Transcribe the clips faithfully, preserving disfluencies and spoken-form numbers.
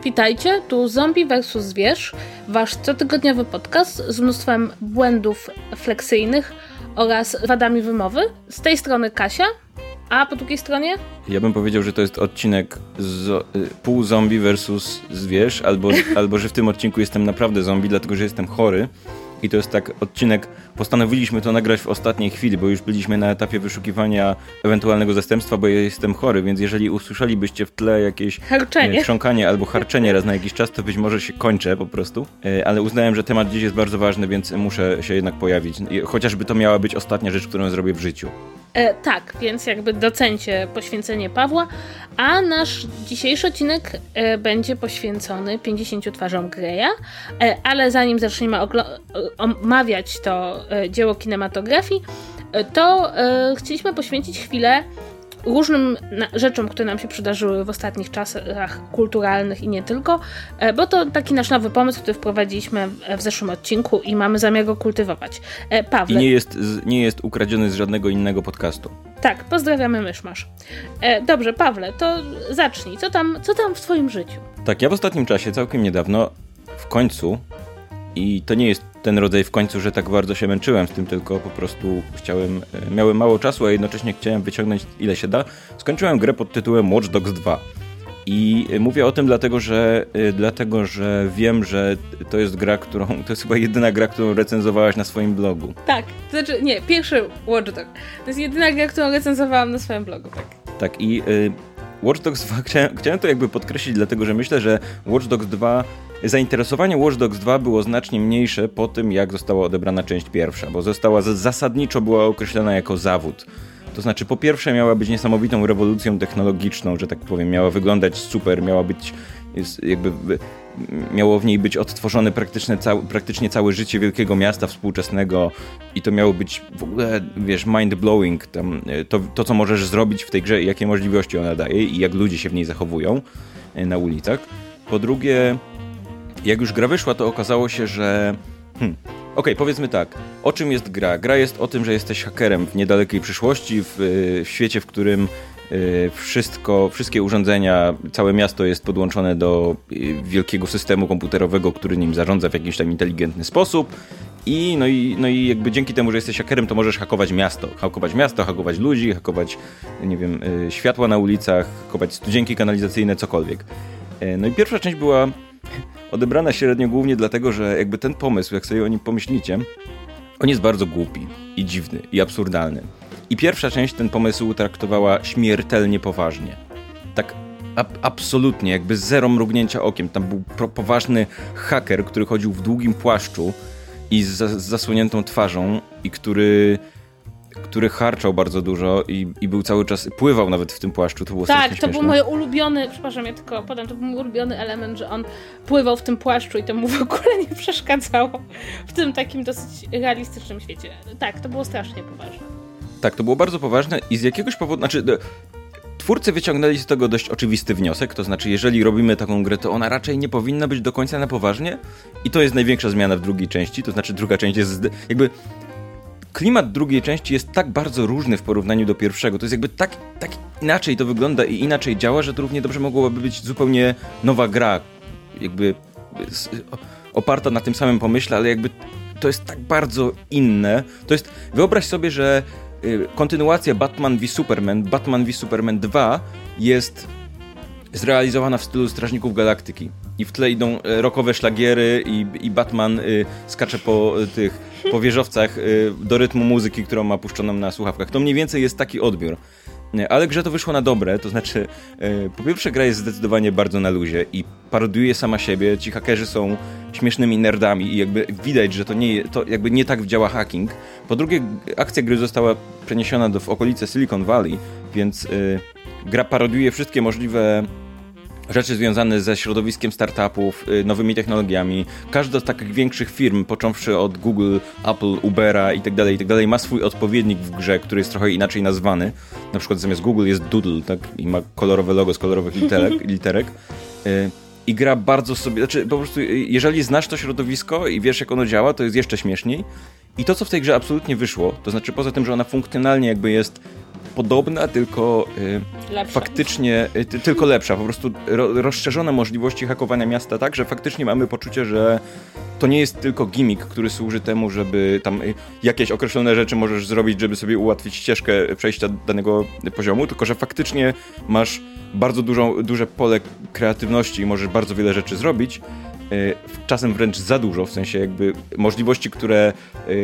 Witajcie, tu Zombie versus. Zwierz, wasz cotygodniowy podcast z mnóstwem błędów fleksyjnych oraz wadami wymowy. Z tej strony Kasia, a po drugiej stronie? Ja bym powiedział, że to jest odcinek zo- pół zombie versus zwierz, albo, albo że w tym odcinku jestem naprawdę zombie, dlatego że jestem chory. I to jest tak odcinek, postanowiliśmy to nagrać w ostatniej chwili, bo już byliśmy na etapie wyszukiwania ewentualnego zastępstwa, bo ja jestem chory, więc jeżeli usłyszelibyście w tle jakieś harczenie. chrząkanie albo harczenie raz na jakiś czas, to być może się kończę po prostu. Ale uznałem, że temat dziś jest bardzo ważny, więc muszę się jednak pojawić. Chociażby to miała być ostatnia rzecz, którą zrobię w życiu. E, tak, więc jakby docencie poświęcenie Pawła, a nasz dzisiejszy odcinek e, będzie poświęcony pięćdziesięciu twarzom Greya, e, ale zanim zaczniemy oglo- omawiać to e, dzieło kinematografii, e, to e, chcieliśmy poświęcić chwilę różnym na- rzeczom, które nam się przydarzyły w ostatnich czasach kulturalnych i nie tylko, e, bo to taki nasz nowy pomysł, który wprowadziliśmy w, w zeszłym odcinku i mamy zamiar go kultywować. E, Pawle. I nie jest, nie jest ukradziony z żadnego innego podcastu. Tak, pozdrawiamy Myszmasz. E, dobrze, Pawle, to zacznij. Co tam, co tam w twoim życiu? Tak, ja w ostatnim czasie, całkiem niedawno, w końcu, i to nie jest ten rodzaj w końcu, że tak bardzo się męczyłem z tym, tylko po prostu chciałem, miałem mało czasu, a jednocześnie chciałem wyciągnąć ile się da. Skończyłem grę pod tytułem Watch Dogs dwa. I mówię o tym dlatego, że dlatego, że wiem, że to jest gra, którą, to jest chyba jedyna gra, którą recenzowałaś na swoim blogu. Tak, to znaczy, nie, pierwszy Watch Dogs. To jest jedyna gra, którą recenzowałam na swoim blogu, tak. Tak, i y, Watch Dogs dwa, chciałem, chciałem to jakby podkreślić, dlatego, że myślę, że Watch Dogs dwa, zainteresowanie Watch Dogs dwa było znacznie mniejsze po tym, jak została odebrana część pierwsza, bo została zasadniczo była określona jako zawód. To znaczy, po pierwsze miała być niesamowitą rewolucją technologiczną, że tak powiem, miała wyglądać super, miała być, jakby, miało w niej być odtworzone praktycznie, cał, praktycznie całe życie wielkiego miasta współczesnego i to miało być w ogóle, wiesz, mind-blowing, tam, to, to co możesz zrobić w tej grze i jakie możliwości ona daje i jak ludzie się w niej zachowują na ulicach. Po drugie, jak już gra wyszła, to okazało się, że... Hmm, Okej, okay, powiedzmy tak. O czym jest gra? Gra jest o tym, że jesteś hakerem w niedalekiej przyszłości, w, w świecie, w którym y, wszystko, wszystkie urządzenia, całe miasto jest podłączone do y, wielkiego systemu komputerowego, który nim zarządza w jakiś tam inteligentny sposób. I no, i no i jakby dzięki temu, że jesteś hakerem, to możesz hakować miasto. Hakować miasto, hakować ludzi, hakować, nie wiem, y, światła na ulicach, hakować studzienki kanalizacyjne, cokolwiek. Y, no i pierwsza część była odebrana średnio głównie dlatego, że jakby ten pomysł, jak sobie o nim pomyślicie, on jest bardzo głupi i dziwny i absurdalny. I pierwsza część ten pomysł traktowała śmiertelnie poważnie. Tak ab- absolutnie, jakby zero mrugnięcia okiem. Tam był pro- poważny haker, który chodził w długim płaszczu i z, z zasłoniętą twarzą i który... który harczał bardzo dużo i, i był cały czas, pływał nawet w tym płaszczu, to było strasznie Tak, to śmieszne. był mój ulubiony, przepraszam, ja tylko podam, to był mój ulubiony element, że on pływał w tym płaszczu i to mu w ogóle nie przeszkadzało w tym takim dosyć realistycznym świecie. Tak, to było strasznie poważne. Tak, to było bardzo poważne i z jakiegoś powodu, znaczy... Twórcy wyciągnęli z tego dość oczywisty wniosek, to znaczy jeżeli robimy taką grę, to ona raczej nie powinna być do końca na poważnie i to jest największa zmiana w drugiej części, to znaczy druga część jest jakby... Klimat drugiej części jest tak bardzo różny w porównaniu do pierwszego. To jest jakby tak, tak inaczej to wygląda i inaczej działa, że to równie dobrze mogłaby być zupełnie nowa gra. Jakby oparta na tym samym pomyśle, ale jakby to jest tak bardzo inne. To jest, wyobraź sobie, że kontynuacja Batman v Superman, Batman v Superman dwa jest zrealizowana w stylu Strażników Galaktyki. I w tle idą rockowe szlagiery i, i Batman y, skacze po y, tych po wieżowcach y, do rytmu muzyki, którą ma puszczoną na słuchawkach. To mniej więcej jest taki odbiór. Ale grze to wyszło na dobre, to znaczy y, po pierwsze gra jest zdecydowanie bardzo na luzie i parodiuje sama siebie. Ci hakerzy są śmiesznymi nerdami i jakby widać, że to nie, to jakby nie tak działa hacking. Po drugie, akcja gry została przeniesiona do, w okolice Silicon Valley, więc y, gra parodiuje wszystkie możliwe rzeczy związane ze środowiskiem startupów, nowymi technologiami. Każda z takich większych firm, począwszy od Google, Apple, Ubera itd., itd., ma swój odpowiednik w grze, który jest trochę inaczej nazwany. Na przykład zamiast Google jest Doodle, tak? I ma kolorowe logo z kolorowych literek. literek. I gra bardzo sobie... Znaczy, po prostu, jeżeli znasz to środowisko i wiesz, jak ono działa, to jest jeszcze śmieszniej. I to, co w tej grze absolutnie wyszło, to znaczy poza tym, że ona funkcjonalnie jakby jest podobna, tylko y, faktycznie y, ty, tylko lepsza. Po prostu ro, rozszerzone możliwości hakowania miasta tak, że faktycznie mamy poczucie, że to nie jest tylko gimmick, który służy temu, żeby tam y, jakieś określone rzeczy możesz zrobić, żeby sobie ułatwić ścieżkę przejścia danego poziomu, tylko że faktycznie masz bardzo dużą, duże pole kreatywności i możesz bardzo wiele rzeczy zrobić. Czasem wręcz za dużo, w sensie jakby możliwości, które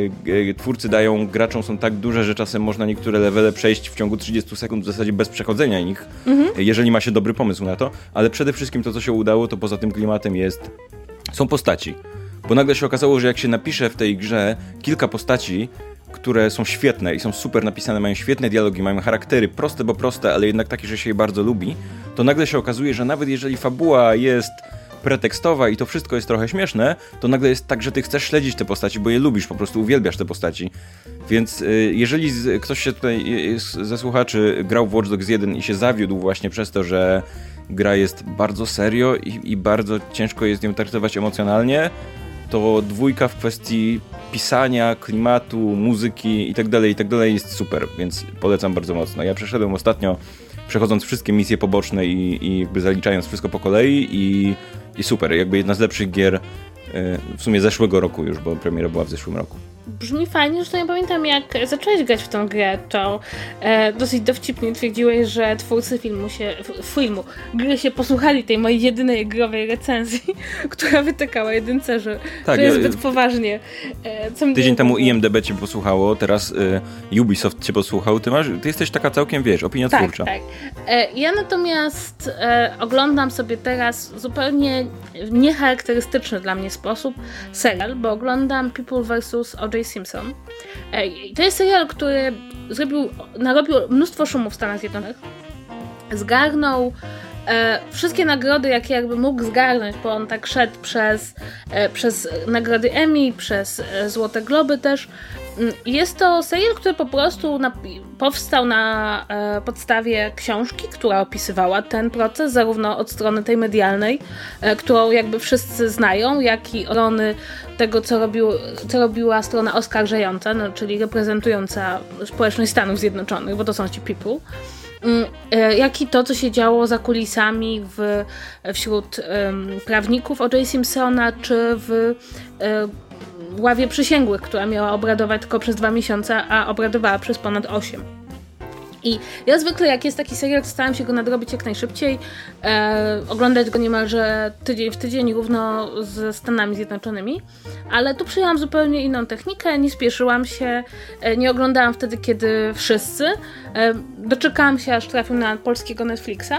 twórcy dają graczom są tak duże, że czasem można niektóre levele przejść w ciągu trzydziestu sekund w zasadzie bez przechodzenia ich, mhm. jeżeli ma się dobry pomysł na to, ale przede wszystkim to, co się udało, to poza tym klimatem jest, są postaci, bo nagle się okazało, że jak się napisze w tej grze kilka postaci, które są świetne i są super napisane, mają świetne dialogi, mają charaktery proste, bo proste, ale jednak takie, że się je bardzo lubi, to nagle się okazuje, że nawet jeżeli fabuła jest pretekstowa i to wszystko jest trochę śmieszne, to nagle jest tak, że ty chcesz śledzić te postaci, bo je lubisz, po prostu uwielbiasz te postaci. Więc y, jeżeli z, ktoś się tutaj y, ze słuchaczy grał w Watch Dogs jeden i się zawiódł właśnie przez to, że gra jest bardzo serio i, i bardzo ciężko jest ją traktować emocjonalnie, to dwójka w kwestii pisania, klimatu, muzyki i tak dalej, i tak dalej jest super, więc polecam bardzo mocno. Ja przeszedłem ostatnio, przechodząc wszystkie misje poboczne i, i jakby zaliczając wszystko po kolei i, i super, jakby jedna z lepszych gier w sumie zeszłego roku już, bo premiera była w zeszłym roku. Brzmi fajnie, że to ja pamiętam, jak zacząłeś grać w tę grę, to e, dosyć dowcipnie twierdziłeś, że twórcy filmu się, f, filmu, gry się posłuchali tej mojej jedynej growej recenzji, która wytykała jedynce, że tak, to jest ja, zbyt poważnie. E, co tydzień temu I M D B cię posłuchało, teraz y, Ubisoft cię posłuchał, ty masz, ty jesteś taka całkiem, wiesz, opiniotwórcza. Tak, tak. E, ja natomiast e, oglądam sobie teraz zupełnie niecharakterystyczny dla mnie sposób serial, bo oglądam People versus O J Simpson. To jest serial, który zrobił, narobił mnóstwo szumu w Stanach Zjednoczonych. Zgarnął e, wszystkie nagrody, jakie jakby mógł zgarnąć, bo on tak szedł przez, e, przez nagrody Emmy, przez e, Złote Globy też. Jest to serial, który po prostu na, powstał na e, podstawie książki, która opisywała ten proces, zarówno od strony tej medialnej, e, którą jakby wszyscy znają, jak i od strony tego, co, robił, co robiła strona oskarżająca, no, czyli reprezentująca społeczność Stanów Zjednoczonych, bo to są ci people, e, jak i to, co się działo za kulisami w, wśród e, prawników O J Simpsona, czy w e, ławie przysięgłych, która miała obradować tylko przez dwa miesiące, a obradowała przez ponad osiem. I ja zwykle, jak jest taki serial, staram się go nadrobić jak najszybciej, e, oglądać go niemalże tydzień w tydzień równo ze Stanami Zjednoczonymi, ale tu przyjęłam zupełnie inną technikę, nie spieszyłam się, e, nie oglądałam wtedy, kiedy wszyscy, e, doczekałam się, aż trafił na polskiego Netflixa.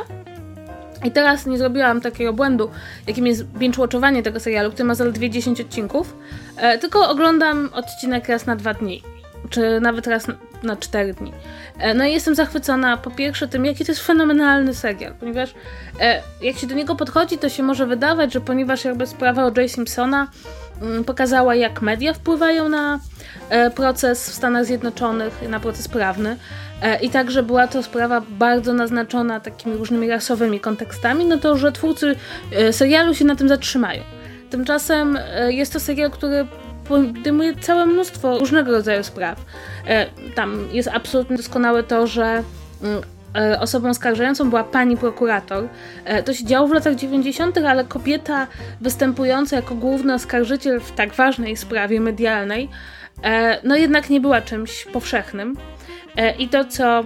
I teraz nie zrobiłam takiego błędu, jakim jest binge-watchowanie tego serialu, który ma zaledwie dziesięć odcinków, e, tylko oglądam odcinek raz na dwa dni, czy nawet raz na, na cztery dni. E, no i jestem zachwycona po pierwsze tym, jaki to jest fenomenalny serial, ponieważ e, jak się do niego podchodzi, to się może wydawać, że ponieważ jakby sprawa O J Simpsona m, pokazała, jak media wpływają na e, proces w Stanach Zjednoczonych, na proces prawny, i także była to sprawa bardzo naznaczona takimi różnymi rasowymi kontekstami, no to, że twórcy serialu się na tym zatrzymają. Tymczasem jest to serial, który podejmuje całe mnóstwo różnego rodzaju spraw. Tam jest absolutnie doskonałe to, że osobą oskarżającą była pani prokurator. To się działo w latach dziewięćdziesiątych, ale kobieta występująca jako główny oskarżyciel w tak ważnej sprawie medialnej, no jednak nie była czymś powszechnym. I to, co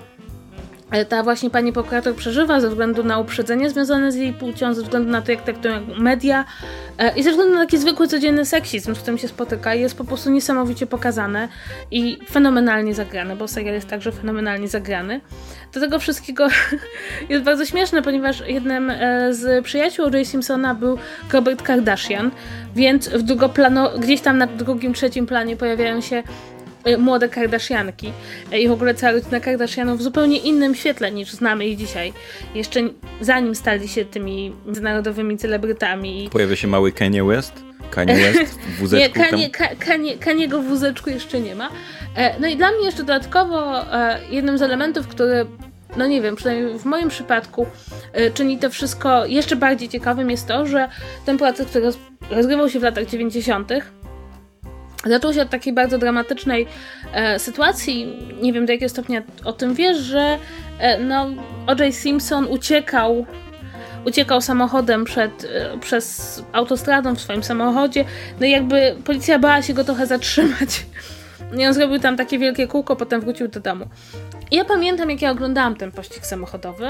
ta właśnie pani prokurator przeżywa ze względu na uprzedzenie związane z jej płcią, ze względu na to, jak traktują media i ze względu na taki zwykły, codzienny seksizm, z którym się spotyka, jest po prostu niesamowicie pokazane i fenomenalnie zagrane, bo serial jest także fenomenalnie zagrany. Do tego wszystkiego jest bardzo śmieszne, ponieważ jednym z przyjaciół O J Simpsona był Robert Kardashian, więc w drugoplano, gdzieś tam na drugim, trzecim planie pojawiają się młode Kardashianki i w ogóle cała rodzina Kardashianów w zupełnie innym świetle niż znamy ich dzisiaj. Jeszcze zanim stali się tymi międzynarodowymi celebrytami. Pojawia się mały Kanye West? Kanye West w wózeczku? Nie, Kanye, Ka, Kanye, Kaniego w wózeczku jeszcze nie ma. No i dla mnie jeszcze dodatkowo jednym z elementów, który, no nie wiem, przynajmniej w moim przypadku czyni to wszystko jeszcze bardziej ciekawym, jest to, że ten proces, który rozgrywał się w latach dziewięćdziesiątych Zaczęło się od takiej bardzo dramatycznej e, sytuacji, nie wiem do jakiego stopnia o tym wiesz, że e, no, O J Simpson uciekał uciekał samochodem przed, e, przez autostradą w swoim samochodzie, no i jakby policja bała się go trochę zatrzymać. I on zrobił tam takie wielkie kółko, potem wrócił do domu. I ja pamiętam, jak ja oglądałam ten pościg samochodowy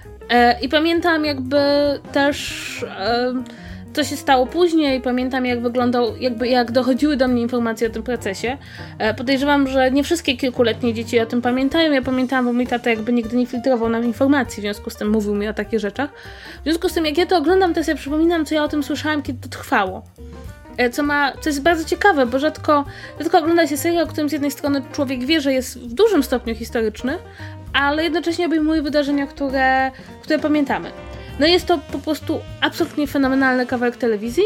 e, i pamiętam jakby też e, co się stało później, pamiętam jak wyglądał, jakby jak dochodziły do mnie informacje o tym procesie. E, podejrzewam, że nie wszystkie kilkuletnie dzieci o tym pamiętają. Ja pamiętałam, bo mój tata jakby nigdy nie filtrował nam informacji, w związku z tym mówił mi o takich rzeczach. W związku z tym, jak ja to oglądam, to sobie przypominam, co ja o tym słyszałam, kiedy to trwało. Co ma, co jest bardzo ciekawe, bo rzadko, rzadko ogląda się serial, o którym z jednej strony człowiek wie, że jest w dużym stopniu historyczny, ale jednocześnie obejmuje wydarzenia, które, które pamiętamy. No jest to po prostu absolutnie fenomenalny kawałek telewizji.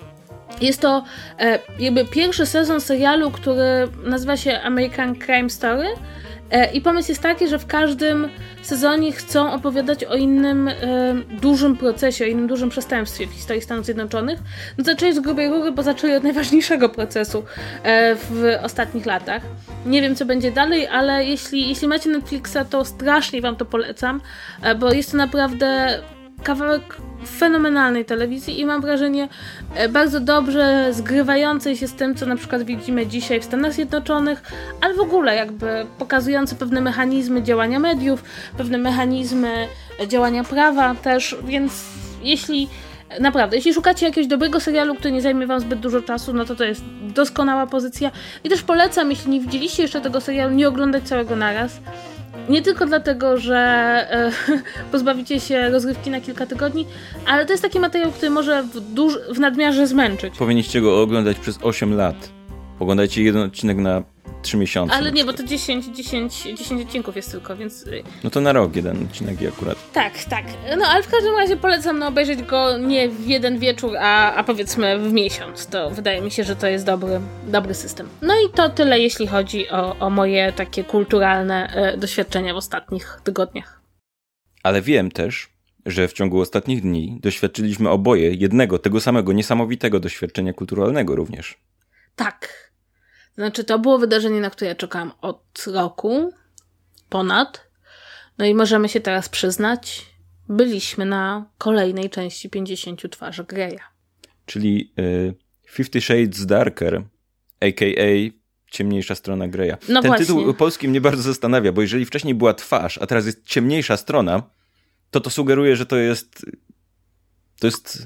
Jest to e, jakby pierwszy sezon serialu, który nazywa się American Crime Story. E, I pomysł jest taki, że w każdym sezonie chcą opowiadać o innym e, dużym procesie, o innym dużym przestępstwie w historii Stanów Zjednoczonych. No zaczęli z grubej rury, bo zaczęli od najważniejszego procesu e, w ostatnich latach. Nie wiem, co będzie dalej, ale jeśli, jeśli macie Netflixa, to strasznie wam to polecam, e, bo jest to naprawdę kawałek fenomenalnej telewizji i mam wrażenie e, bardzo dobrze zgrywającej się z tym, co na przykład widzimy dzisiaj w Stanach Zjednoczonych, ale w ogóle jakby pokazujący pewne mechanizmy działania mediów, pewne mechanizmy działania prawa też, więc jeśli naprawdę, jeśli szukacie jakiegoś dobrego serialu, który nie zajmie wam zbyt dużo czasu, no to to jest doskonała pozycja i też polecam, jeśli nie widzieliście jeszcze tego serialu, nie oglądać całego naraz. Nie tylko dlatego, że e, pozbawicie się rozrywki na kilka tygodni, ale to jest taki materiał, który może w, duż, w nadmiarze zmęczyć. Powinniście go oglądać przez osiem lat. Oglądajcie jeden odcinek na trzy miesiące. Ale nie, bo to dziesięć, dziesięć, dziesięć odcinków jest tylko, więc... No to na rok jeden odcinek i akurat. Tak, tak. No ale w każdym razie polecam no, obejrzeć go nie w jeden wieczór, a, a powiedzmy w miesiąc. To wydaje mi się, że to jest dobry, dobry system. No i to tyle, jeśli chodzi o, o moje takie kulturalne e, doświadczenia w ostatnich tygodniach. Ale wiem też, że w ciągu ostatnich dni doświadczyliśmy oboje jednego, tego samego niesamowitego doświadczenia kulturalnego również. Tak. Znaczy, to było wydarzenie, na które ja czekałam od roku, ponad. No i możemy się teraz przyznać, byliśmy na kolejnej części pięćdziesięciu twarzy Greya. Czyli y, Fifty Shades Darker, a k a ciemniejsza strona Greya. No Ten właśnie. tytuł polski mnie bardzo zastanawia, bo jeżeli wcześniej była twarz, a teraz jest ciemniejsza strona, to to sugeruje, że to jest to jest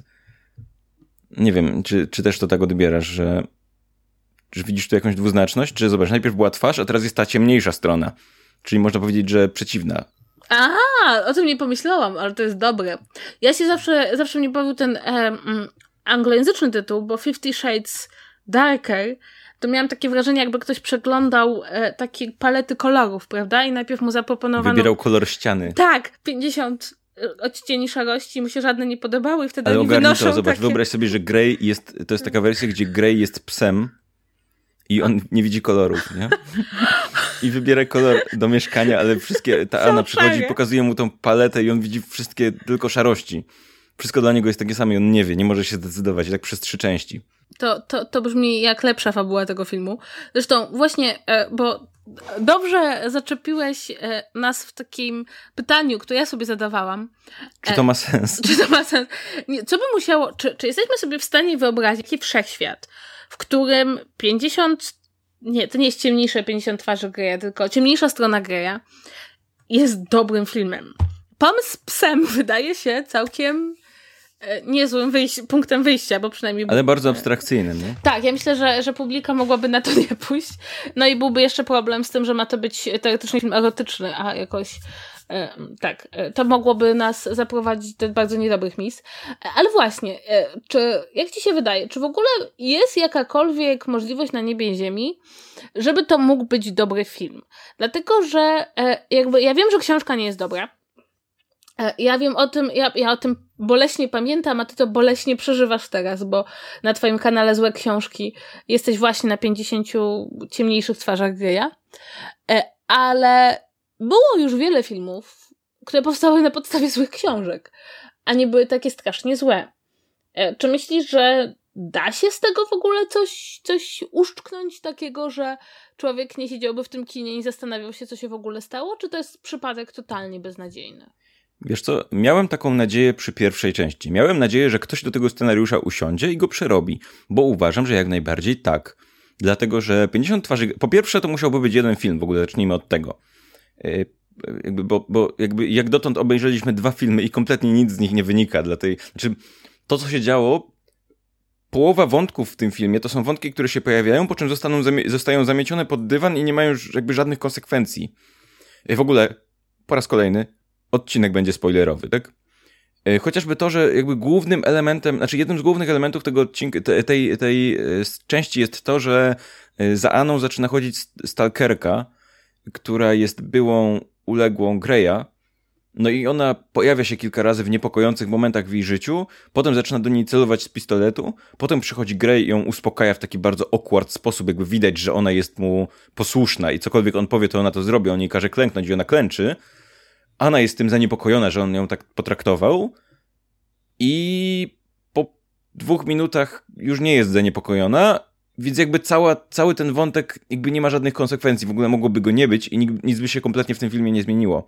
nie wiem, czy, czy też to tak odbierasz, że Czy widzisz tu jakąś dwuznaczność? Czy zobacz, najpierw była twarz, a teraz jest ta ciemniejsza strona. Czyli można powiedzieć, że przeciwna. Aha, o tym nie pomyślałam, ale to jest dobre. Ja się zawsze, zawsze mnie bawił ten e, mm, anglojęzyczny tytuł, bo Fifty Shades Darker, to miałam takie wrażenie, jakby ktoś przeglądał e, takie palety kolorów, prawda? I najpierw mu zaproponowano... Wybierał kolor ściany. Tak, pięćdziesiąt odcieni szarości, mu się żadne nie podobały i wtedy ale oni ogarnij wynoszą to, zobacz, takie... wyobraź sobie, że Grey jest, to jest taka wersja, gdzie Grey jest psem i on nie widzi kolorów, nie? I wybiera kolor do mieszkania, ale wszystkie, ta Anna przychodzi i pokazuje mu tą paletę i on widzi wszystkie tylko szarości. Wszystko dla niego jest takie same i on nie wie, nie może się zdecydować, tak przez trzy części. To, to, to brzmi jak lepsza fabuła tego filmu. Zresztą właśnie, bo dobrze zaczepiłeś nas w takim pytaniu, które ja sobie zadawałam. Czy to ma sens? Czy to ma sens? Nie, co by musiało, czy, czy jesteśmy sobie w stanie wyobrazić taki wszechświat, w którym pięćdziesiąt, nie, to nie jest ciemniejsze pięćdziesiąt twarzy Greya, tylko ciemniejsza strona Greya jest dobrym filmem. Pomysł z psem wydaje się całkiem niezłym wyjś- punktem wyjścia, bo przynajmniej... Ale bardzo abstrakcyjnym, nie? Tak, ja myślę, że, że publika mogłaby na to nie pójść. No i byłby jeszcze problem z tym, że ma to być teoretycznie film erotyczny, a jakoś e, tak, e, to mogłoby nas zaprowadzić do bardzo niedobrych miejsc. E, ale właśnie, e, czy, jak ci się wydaje, czy w ogóle jest jakakolwiek możliwość na niebie i ziemi, żeby to mógł być dobry film? Dlatego, że e, jakby, ja wiem, że książka nie jest dobra. Ja wiem o tym, ja, ja o tym boleśnie pamiętam, a ty to boleśnie przeżywasz teraz, bo na twoim kanale Złe Książki jesteś właśnie na pięćdziesięciu ciemniejszych twarzach Greya. Ale było już wiele filmów, które powstały na podstawie złych książek, a nie były takie strasznie złe. Czy myślisz, że da się z tego w ogóle coś, coś uszczknąć takiego, że człowiek nie siedziałby w tym kinie i zastanawiał się, co się w ogóle stało? Czy to jest przypadek totalnie beznadziejny? Wiesz co, miałem taką nadzieję przy pierwszej części. Miałem nadzieję, że ktoś do tego scenariusza usiądzie i go przerobi, bo uważam, że jak najbardziej tak. Dlatego, że pięćdziesiąt twarzy... Po pierwsze, to musiałby być jeden film, w ogóle zacznijmy od tego. Yy, jakby, bo, bo jakby jak dotąd obejrzeliśmy dwa filmy i kompletnie nic z nich nie wynika. Dla tej... Znaczy, to co się działo, połowa wątków w tym filmie to są wątki, które się pojawiają, po czym zostaną zamie- zostają zamiecione pod dywan i nie mają już jakby żadnych konsekwencji. Yy, w ogóle, po raz kolejny, odcinek będzie spoilerowy, tak? Chociażby to, że jakby głównym elementem, znaczy jednym z głównych elementów tego odcinka, tej, tej, tej części jest to, że za Anną zaczyna chodzić stalkerka, która jest byłą uległą Greya, no i ona pojawia się kilka razy w niepokojących momentach w jej życiu, potem zaczyna do niej celować z pistoletu, potem przychodzi Grey i ją uspokaja w taki bardzo awkward sposób, jakby widać, że ona jest mu posłuszna i cokolwiek on powie, to ona to zrobi, on jej każe klęknąć i ona klęczy. Anna jest tym zaniepokojona, że on ją tak potraktował i po dwóch minutach już nie jest zaniepokojona, więc jakby cała, cały ten wątek jakby nie ma żadnych konsekwencji, w ogóle mogłoby go nie być i nic by się kompletnie w tym filmie nie zmieniło.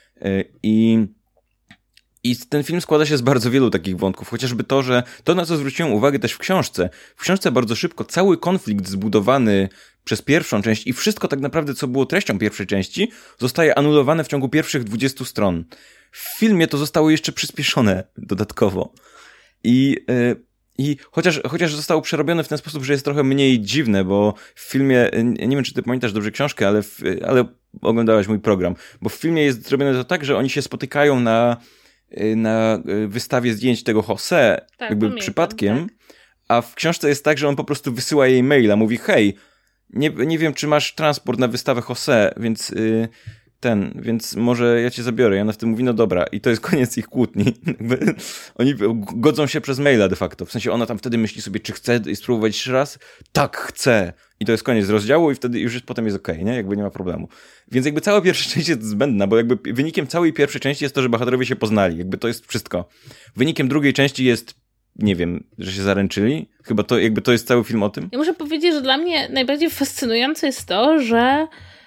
I, i ten film składa się z bardzo wielu takich wątków, chociażby to, że to, na co zwróciłem uwagę też w książce, w książce bardzo szybko cały konflikt zbudowany przez pierwszą część i wszystko tak naprawdę, co było treścią pierwszej części, zostaje anulowane w ciągu pierwszych dwudziestu stron. W filmie to zostało jeszcze przyspieszone dodatkowo. I, yy, i chociaż, chociaż zostało przerobione w ten sposób, że jest trochę mniej dziwne, bo w filmie, nie wiem, czy ty pamiętasz dobrze książkę, ale, w, ale oglądałaś mój program, bo w filmie jest zrobione to tak, że oni się spotykają na, na wystawie zdjęć tego Jose, tak, jakby pamiętam, przypadkiem, tak. A w książce jest tak, że on po prostu wysyła jej maila, mówi hej, nie, nie wiem, czy masz transport na wystawę Jose, więc yy, ten, więc może ja cię zabiorę. I ona wtedy mówi, no dobra. I to jest koniec ich kłótni. Oni godzą się przez maila de facto. W sensie ona tam wtedy myśli sobie, czy chce spróbować jeszcze raz? Tak, chcę. I to jest koniec rozdziału i wtedy już jest, potem jest okej, nie? Jakby nie ma problemu. Więc jakby cała pierwsza część jest zbędna, bo jakby wynikiem całej pierwszej części jest to, że bohaterowie się poznali. Jakby to jest wszystko. Wynikiem drugiej części jest, nie wiem, że się zaręczyli. Chyba to, jakby to jest cały film o tym. Ja muszę powiedzieć, że dla mnie najbardziej fascynujące jest to, że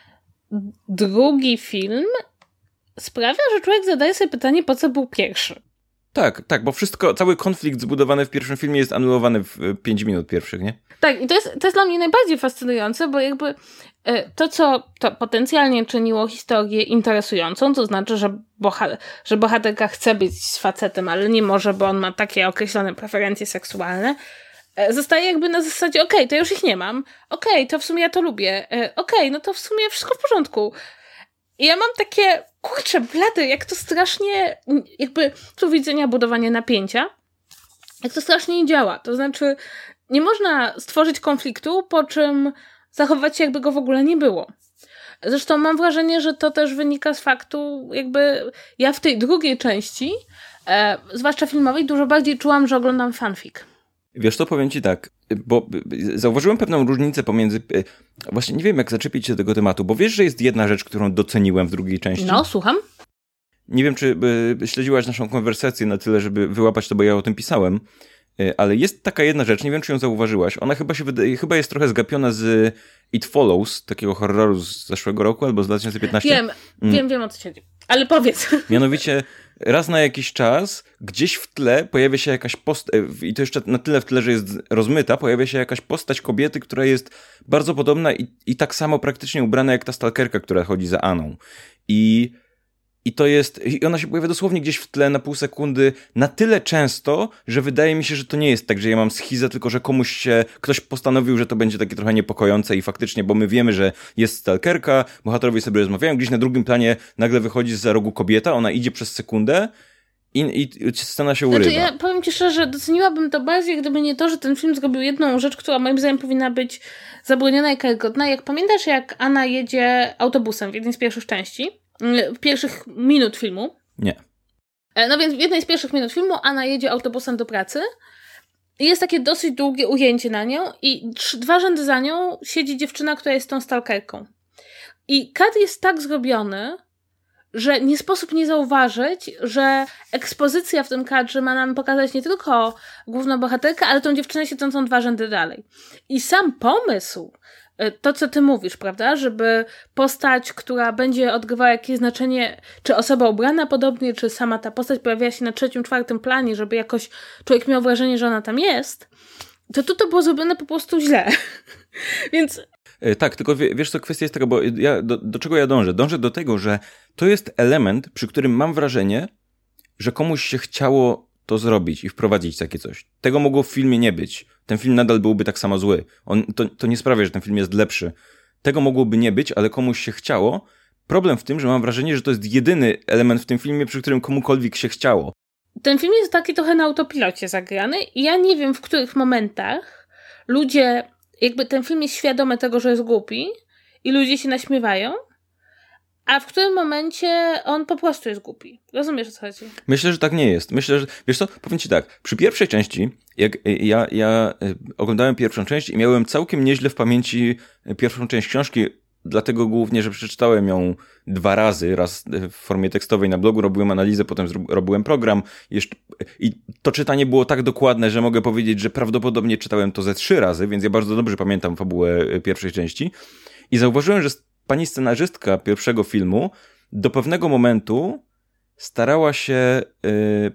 drugi film sprawia, że człowiek zadaje sobie pytanie, po co był pierwszy. Tak, tak, bo wszystko, cały konflikt zbudowany w pierwszym filmie jest anulowany w pięć minut pierwszych, nie? Tak, i to jest, to jest dla mnie najbardziej fascynujące, bo jakby to, co to potencjalnie czyniło historię interesującą, to znaczy, że, boha- że bohaterka chce być z facetem, ale nie może, bo on ma takie określone preferencje seksualne, zostaje jakby na zasadzie, okej, okay, to już ich nie mam, okej, okay, to w sumie ja to lubię, okej, okay, no to w sumie wszystko w porządku. I ja mam takie, kurczę, blady, jak to strasznie, jakby tu widzenia budowanie napięcia, jak to strasznie nie działa. To znaczy, nie można stworzyć konfliktu, po czym zachować się, jakby go w ogóle nie było. Zresztą mam wrażenie, że to też wynika z faktu, jakby ja w tej drugiej części, e, zwłaszcza filmowej, dużo bardziej czułam, że oglądam fanfic. Wiesz co, powiem ci tak, bo zauważyłem pewną różnicę pomiędzy, właśnie nie wiem jak zaczepić się do tego tematu, bo wiesz, że jest jedna rzecz, którą doceniłem w drugiej części? No, słucham. Nie wiem, czy śledziłaś naszą konwersację na tyle, żeby wyłapać to, bo ja o tym pisałem, ale jest taka jedna rzecz, nie wiem, czy ją zauważyłaś, ona chyba się wydaje, chyba jest trochę zgapiona z It Follows, takiego horroru z zeszłego roku albo z dwa tysiące piętnastego. Wiem, mm. wiem, wiem o co chodzi, ale powiedz. Mianowicie raz na jakiś czas gdzieś w tle pojawia się jakaś postać, i to jeszcze na tyle w tle, że jest rozmyta, pojawia się jakaś postać kobiety, która jest bardzo podobna i, i tak samo praktycznie ubrana jak ta stalkerka, która chodzi za Anną. I I to jest, i ona się pojawia dosłownie gdzieś w tle na pół sekundy na tyle często, że wydaje mi się, że to nie jest tak, że ja mam schizę, tylko że komuś się, ktoś postanowił, że to będzie takie trochę niepokojące i faktycznie, bo my wiemy, że jest stalkerka, bohaterowie sobie rozmawiają, gdzieś na drugim planie nagle wychodzi zza rogu kobieta, ona idzie przez sekundę i, i, i scena się urywa. Znaczy ja powiem ci szczerze, doceniłabym to bardziej, gdyby nie to, że ten film zrobił jedną rzecz, która moim zdaniem powinna być zabroniona i karygodna. Jak pamiętasz, jak Anna jedzie autobusem w jednej z pierwszych części, w pierwszych minut filmu. Nie. No więc w jednej z pierwszych minut filmu Anna jedzie autobusem do pracy i jest takie dosyć długie ujęcie na nią i trzy, dwa rzędy za nią siedzi dziewczyna, która jest tą stalkerką. I kadr jest tak zrobiony, że nie sposób nie zauważyć, że ekspozycja w tym kadrze ma nam pokazać nie tylko główną bohaterkę, ale tą dziewczynę siedzącą dwa rzędy dalej. I sam pomysł, to co ty mówisz, prawda, żeby postać, która będzie odgrywała jakieś znaczenie, czy osoba ubrana podobnie, czy sama ta postać pojawia się na trzecim, czwartym planie, żeby jakoś człowiek miał wrażenie, że ona tam jest, to tu to było zrobione po prostu źle. Więc... Tak, tylko wiesz co, kwestia jest taka, bo ja, do, do czego ja dążę? Dążę do tego, że to jest element, przy którym mam wrażenie, że komuś się chciało to zrobić i wprowadzić takie coś. Tego mogło w filmie nie być. Ten film nadal byłby tak samo zły. On, to, to nie sprawia, że ten film jest lepszy. Tego mogłoby nie być, ale komuś się chciało. Problem w tym, że mam wrażenie, że to jest jedyny element w tym filmie, przy którym komukolwiek się chciało. Ten film jest taki trochę na autopilocie zagrany i ja nie wiem, w których momentach ludzie, jakby ten film jest świadomy tego, że jest głupi i ludzie się naśmiewają, a w którym momencie on po prostu jest głupi. Rozumiesz, o co chodzi? Myślę, że tak nie jest. Myślę, że... Wiesz co? Powiem ci tak. Przy pierwszej części, jak ja, ja oglądałem pierwszą część i miałem całkiem nieźle w pamięci pierwszą część książki, dlatego głównie, że przeczytałem ją dwa razy. Raz w formie tekstowej na blogu, robiłem analizę, potem robiłem program. Jeszcze... I to czytanie było tak dokładne, że mogę powiedzieć, że prawdopodobnie czytałem to ze trzy razy, więc ja bardzo dobrze pamiętam fabułę pierwszej części. I zauważyłem, że pani scenarzystka pierwszego filmu do pewnego momentu starała się yy,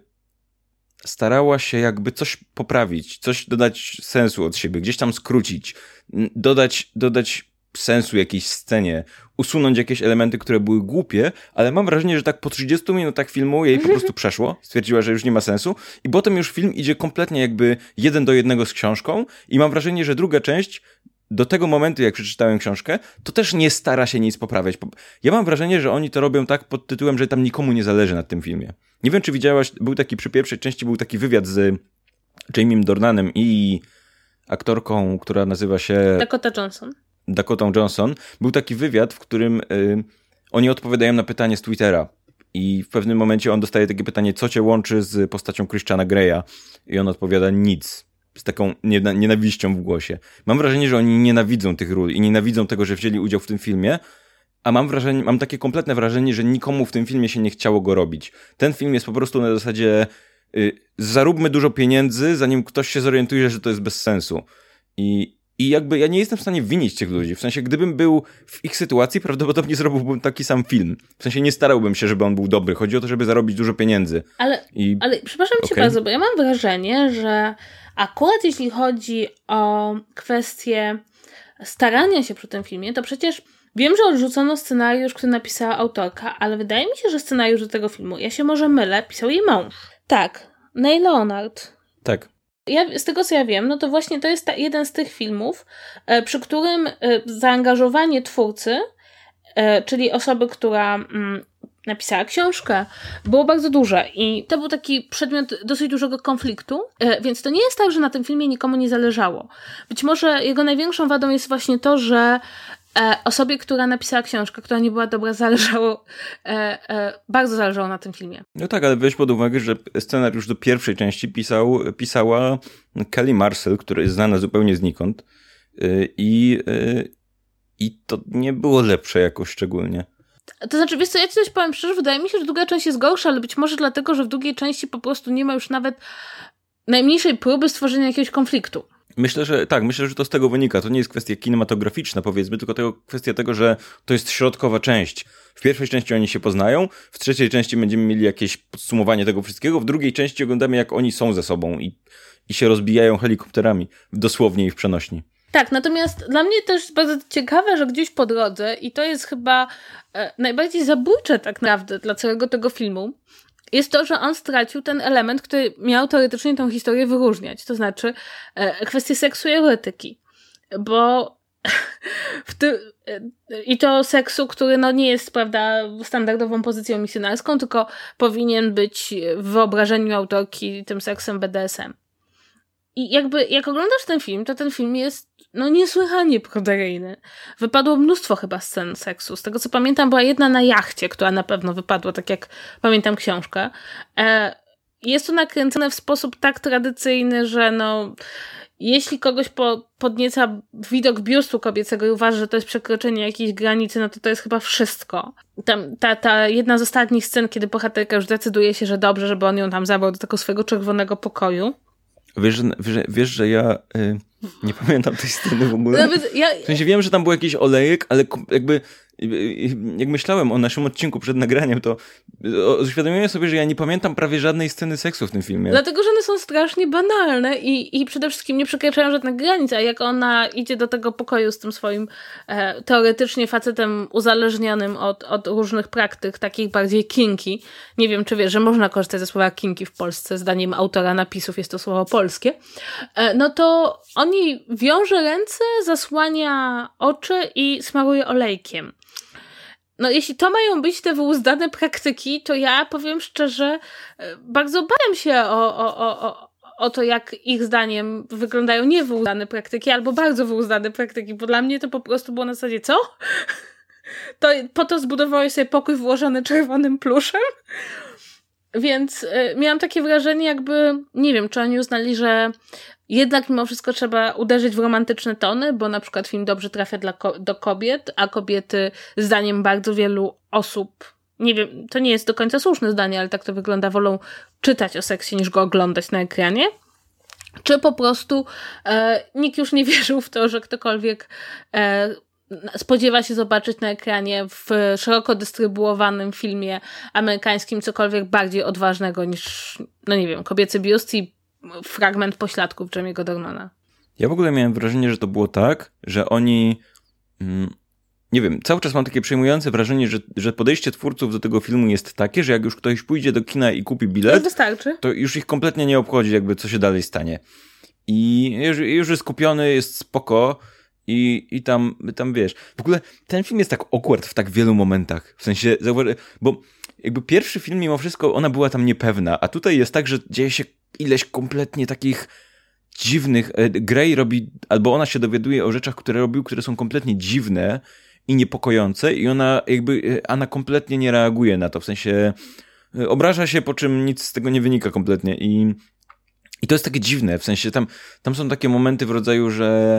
starała się jakby coś poprawić, coś dodać sensu od siebie, gdzieś tam skrócić, dodać, dodać sensu jakiejś scenie, usunąć jakieś elementy, które były głupie, ale mam wrażenie, że tak po trzydziestu minutach filmu jej po prostu przeszło, stwierdziła, że już nie ma sensu i potem już film idzie kompletnie jakby jeden do jednego z książką i mam wrażenie, że druga część do tego momentu, jak przeczytałem książkę, to też nie stara się nic poprawiać. Ja mam wrażenie, że oni to robią tak pod tytułem, że tam nikomu nie zależy na tym filmie. Nie wiem, czy widziałaś, był taki, przy pierwszej części był taki wywiad z Jamiem Dornanem i aktorką, która nazywa się... Dakota Johnson. Dakotą Johnson. Był taki wywiad, w którym y, oni odpowiadają na pytanie z Twittera. I w pewnym momencie on dostaje takie pytanie, co cię łączy z postacią Christiana Greya? I on odpowiada nic. Z taką nienawiścią w głosie. Mam wrażenie, że oni nienawidzą tych ról i nienawidzą tego, że wzięli udział w tym filmie, a mam wrażenie, mam takie kompletne wrażenie, że nikomu w tym filmie się nie chciało go robić. Ten film jest po prostu na zasadzie y, zaróbmy dużo pieniędzy, zanim ktoś się zorientuje, że to jest bez sensu. I, i jakby ja nie jestem w stanie winić tych ludzi. W sensie, gdybym był w ich sytuacji, prawdopodobnie zrobiłbym taki sam film. W sensie nie starałbym się, żeby on był dobry. Chodzi o to, żeby zarobić dużo pieniędzy. Ale, I... ale przepraszam cię okay. bardzo, bo ja mam wrażenie, że akurat jeśli chodzi o kwestię starania się przy tym filmie, to przecież wiem, że odrzucono scenariusz, który napisała autorka, ale wydaje mi się, że scenariusz do tego filmu, ja się może mylę, pisał jej mąż. Tak, Neil Leonard. Tak. Ja, z tego co ja wiem, no to właśnie to jest ta, jeden z tych filmów, e, przy którym e, zaangażowanie twórcy, e, czyli osoby, która mm, napisała książkę, było bardzo duże i to był taki przedmiot dosyć dużego konfliktu, e, więc to nie jest tak, że na tym filmie nikomu nie zależało. Być może jego największą wadą jest właśnie to, że e, osobie, która napisała książkę, która nie była dobra, zależało, e, e, bardzo zależało na tym filmie. No tak, ale weź pod uwagę, że scenariusz do pierwszej części pisał, pisała Kelly Marcel, która jest znana zupełnie znikąd i, i to nie było lepsze jakoś szczególnie. To znaczy, wiesz co, ja ci coś powiem szczerze, wydaje mi się, że druga część jest gorsza, ale być może dlatego, że w drugiej części po prostu nie ma już nawet najmniejszej próby stworzenia jakiegoś konfliktu. Myślę, że tak, myślę, że to z tego wynika. To nie jest kwestia kinematograficzna, powiedzmy, tylko tego, kwestia tego, że to jest środkowa część. W pierwszej części oni się poznają, w trzeciej części będziemy mieli jakieś podsumowanie tego wszystkiego, w drugiej części oglądamy, jak oni są ze sobą i, i się rozbijają helikopterami, dosłownie i w przenośni. Tak, natomiast dla mnie też bardzo ciekawe, że gdzieś po drodze, i to jest chyba e, najbardziej zabójcze tak naprawdę dla całego tego filmu, jest to, że on stracił ten element, który miał teoretycznie tę historię wyróżniać. To znaczy e, kwestię seksu i erotyki. Bo w ty, e, i to seksu, który no nie jest, prawda, standardową pozycją misjonarską, tylko powinien być w wyobrażeniu autorki tym seksem B D S M. I jakby, jak oglądasz ten film, to ten film jest, no, niesłychanie pruderyjny. Wypadło mnóstwo chyba scen seksu. Z tego co pamiętam, była jedna na jachcie, która na pewno wypadła, tak jak pamiętam książkę. E, jest to nakręcone w sposób tak tradycyjny, że no, jeśli kogoś po, podnieca widok biustu kobiecego i uważa, że to jest przekroczenie jakiejś granicy, no to to jest chyba wszystko. Tam, ta, ta jedna z ostatnich scen, kiedy bohaterka już decyduje się, że dobrze, żeby on ją tam zabrał do tego swojego czerwonego pokoju. Wiesz, że, wiesz, wiesz, że ja y, nie pamiętam tej sceny w ogóle. Nawet ja... W sensie wiem, że tam był jakiś olejek, ale jakby jak myślałem o naszym odcinku przed nagraniem, to uświadomiłem sobie, że ja nie pamiętam prawie żadnej sceny seksu w tym filmie. Dlatego, że one są strasznie banalne i, i przede wszystkim nie przekraczają żadnych granic, a jak ona idzie do tego pokoju z tym swoim e, teoretycznie facetem uzależnionym od, od różnych praktyk, takich bardziej kinky. Nie wiem, czy wiesz, że można korzystać ze słowa kinky w Polsce, zdaniem autora napisów jest to słowo polskie. E, no to on jej wiąże ręce, zasłania oczy i smaruje olejkiem. No jeśli to mają być te wyuzdane praktyki, to ja powiem szczerze, bardzo obawiam się o, o, o, o to, jak ich zdaniem wyglądają niewyuzdane praktyki, albo bardzo wyuzdane praktyki, bo dla mnie to po prostu było na zasadzie, co? To po to zbudowałeś sobie pokój włożony czerwonym pluszem? Więc y, miałam takie wrażenie, jakby, nie wiem, czy oni uznali, że jednak mimo wszystko trzeba uderzyć w romantyczne tony, bo na przykład film dobrze trafia dla ko- do kobiet, a kobiety, zdaniem bardzo wielu osób, nie wiem, to nie jest do końca słuszne zdanie, ale tak to wygląda, wolą czytać o seksie niż go oglądać na ekranie. Czy po prostu e, nikt już nie wierzył w to, że ktokolwiek e, spodziewa się zobaczyć na ekranie w szeroko dystrybuowanym filmie amerykańskim cokolwiek bardziej odważnego niż, no nie wiem, kobiecy biust i fragment pośladków Jamie'ego Dornana. Ja w ogóle miałem wrażenie, że to było tak, że oni mm, nie wiem, cały czas mam takie przejmujące wrażenie, że, że podejście twórców do tego filmu jest takie, że jak już ktoś pójdzie do kina i kupi bilet, wystarczy. To już ich kompletnie nie obchodzi, jakby co się dalej stanie. I już, już jest skupiony, jest spoko i, i tam, tam wiesz, w ogóle ten film jest tak awkward w tak wielu momentach, w sensie, bo jakby pierwszy film mimo wszystko, ona była tam niepewna, a tutaj jest tak, że dzieje się ileś kompletnie takich dziwnych, Grey robi, albo ona się dowiaduje o rzeczach, które robił, które są kompletnie dziwne i niepokojące i ona jakby, Anna kompletnie nie reaguje na to, w sensie obraża się, po czym nic z tego nie wynika kompletnie i, i to jest takie dziwne, w sensie tam, tam są takie momenty w rodzaju, że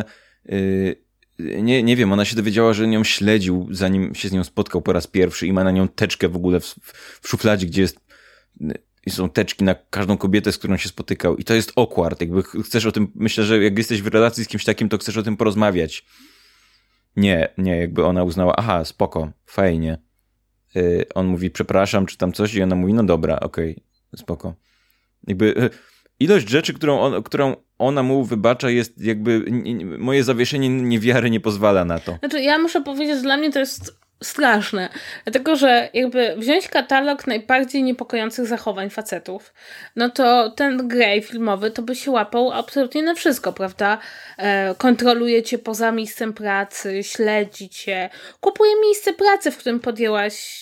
yy, nie, nie wiem, ona się dowiedziała, że nią śledził, zanim się z nią spotkał po raz pierwszy i ma na nią teczkę w ogóle w, w szufladzie, gdzie jest i są teczki na każdą kobietę, z którą się spotykał. I to jest awkward. Jakby chcesz o tym, myślę, że jak jesteś w relacji z kimś takim, to chcesz o tym porozmawiać. Nie, nie, jakby ona uznała, aha, spoko, fajnie. Yy, on mówi, przepraszam, czy tam coś i ona mówi, no dobra, okej, okay, spoko. Jakby yy, ilość rzeczy, którą, on, którą ona mu wybacza jest jakby, n- moje zawieszenie niewiary nie pozwala na to. Znaczy, ja muszę powiedzieć, że dla mnie to jest straszne. Dlatego, że jakby wziąć katalog najbardziej niepokojących zachowań facetów, no to ten Grey filmowy to by się łapał absolutnie na wszystko, prawda? E, kontroluje cię poza miejscem pracy, śledzi cię, kupuje miejsce pracy, w którym podjęłaś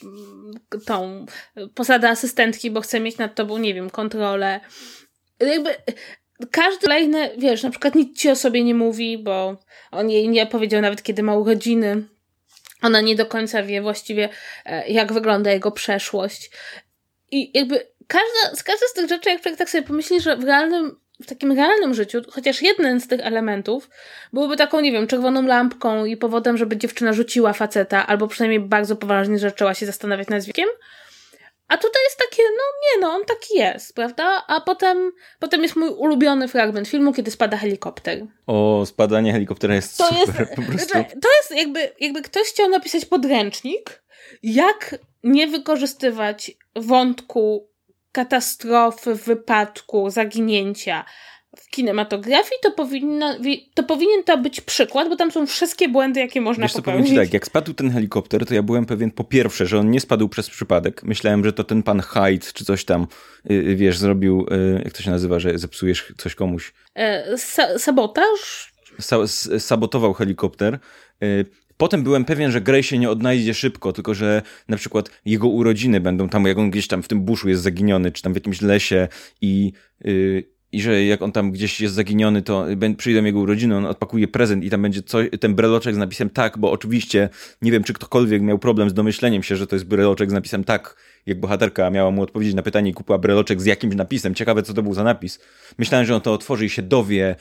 tą posadę asystentki, bo chce mieć nad tobą, nie wiem, kontrolę. Jakby każdy kolejny, wiesz, na przykład nic ci o sobie nie mówi, bo on jej nie powiedział nawet, kiedy ma urodziny. Ona nie do końca wie właściwie, jak wygląda jego przeszłość. I jakby każda, z każdej z tych rzeczy, jak tak sobie pomyśli, że w realnym, w takim realnym życiu, chociaż jeden z tych elementów byłby taką, nie wiem, czerwoną lampką i powodem, żeby dziewczyna rzuciła faceta, albo przynajmniej bardzo poważnie zaczęła się zastanawiać nad wiekiem. A tutaj jest takie, no nie no, on taki jest, prawda? A potem, potem jest mój ulubiony fragment filmu, kiedy spada helikopter. O, spadanie helikoptera jest to super. Jest, po prostu. To jest jakby, jakby ktoś chciał napisać podręcznik, jak nie wykorzystywać wątku katastrofy, wypadku, zaginięcia w kinematografii, to, powinna, to powinien to być przykład, bo tam są wszystkie błędy, jakie można Wiesz, popełnić. Wiesz co, powiem ci tak, jak spadł ten helikopter, to ja byłem pewien po pierwsze, że on nie spadł przez przypadek. Myślałem, że to ten pan Hyde, czy coś tam, yy, wiesz, zrobił, yy, jak to się nazywa, że zepsujesz coś komuś. E, sa- sabotaż? Sa- sabotował helikopter. Yy, Potem byłem pewien, że Grey się nie odnajdzie szybko, tylko że na przykład jego urodziny będą tam, jak on gdzieś tam w tym buszu jest zaginiony, czy tam w jakimś lesie i... Yy, I że jak on tam gdzieś jest zaginiony, to przyjdą jego urodziny, on odpakuje prezent i tam będzie coś, ten breloczek z napisem tak, bo oczywiście nie wiem, czy ktokolwiek miał problem z domyśleniem się, że to jest breloczek z napisem tak, jak bohaterka miała mu odpowiedzieć na pytanie i kupiła breloczek z jakimś napisem. Ciekawe, co to był za napis. Myślałem, że on to otworzy i się dowie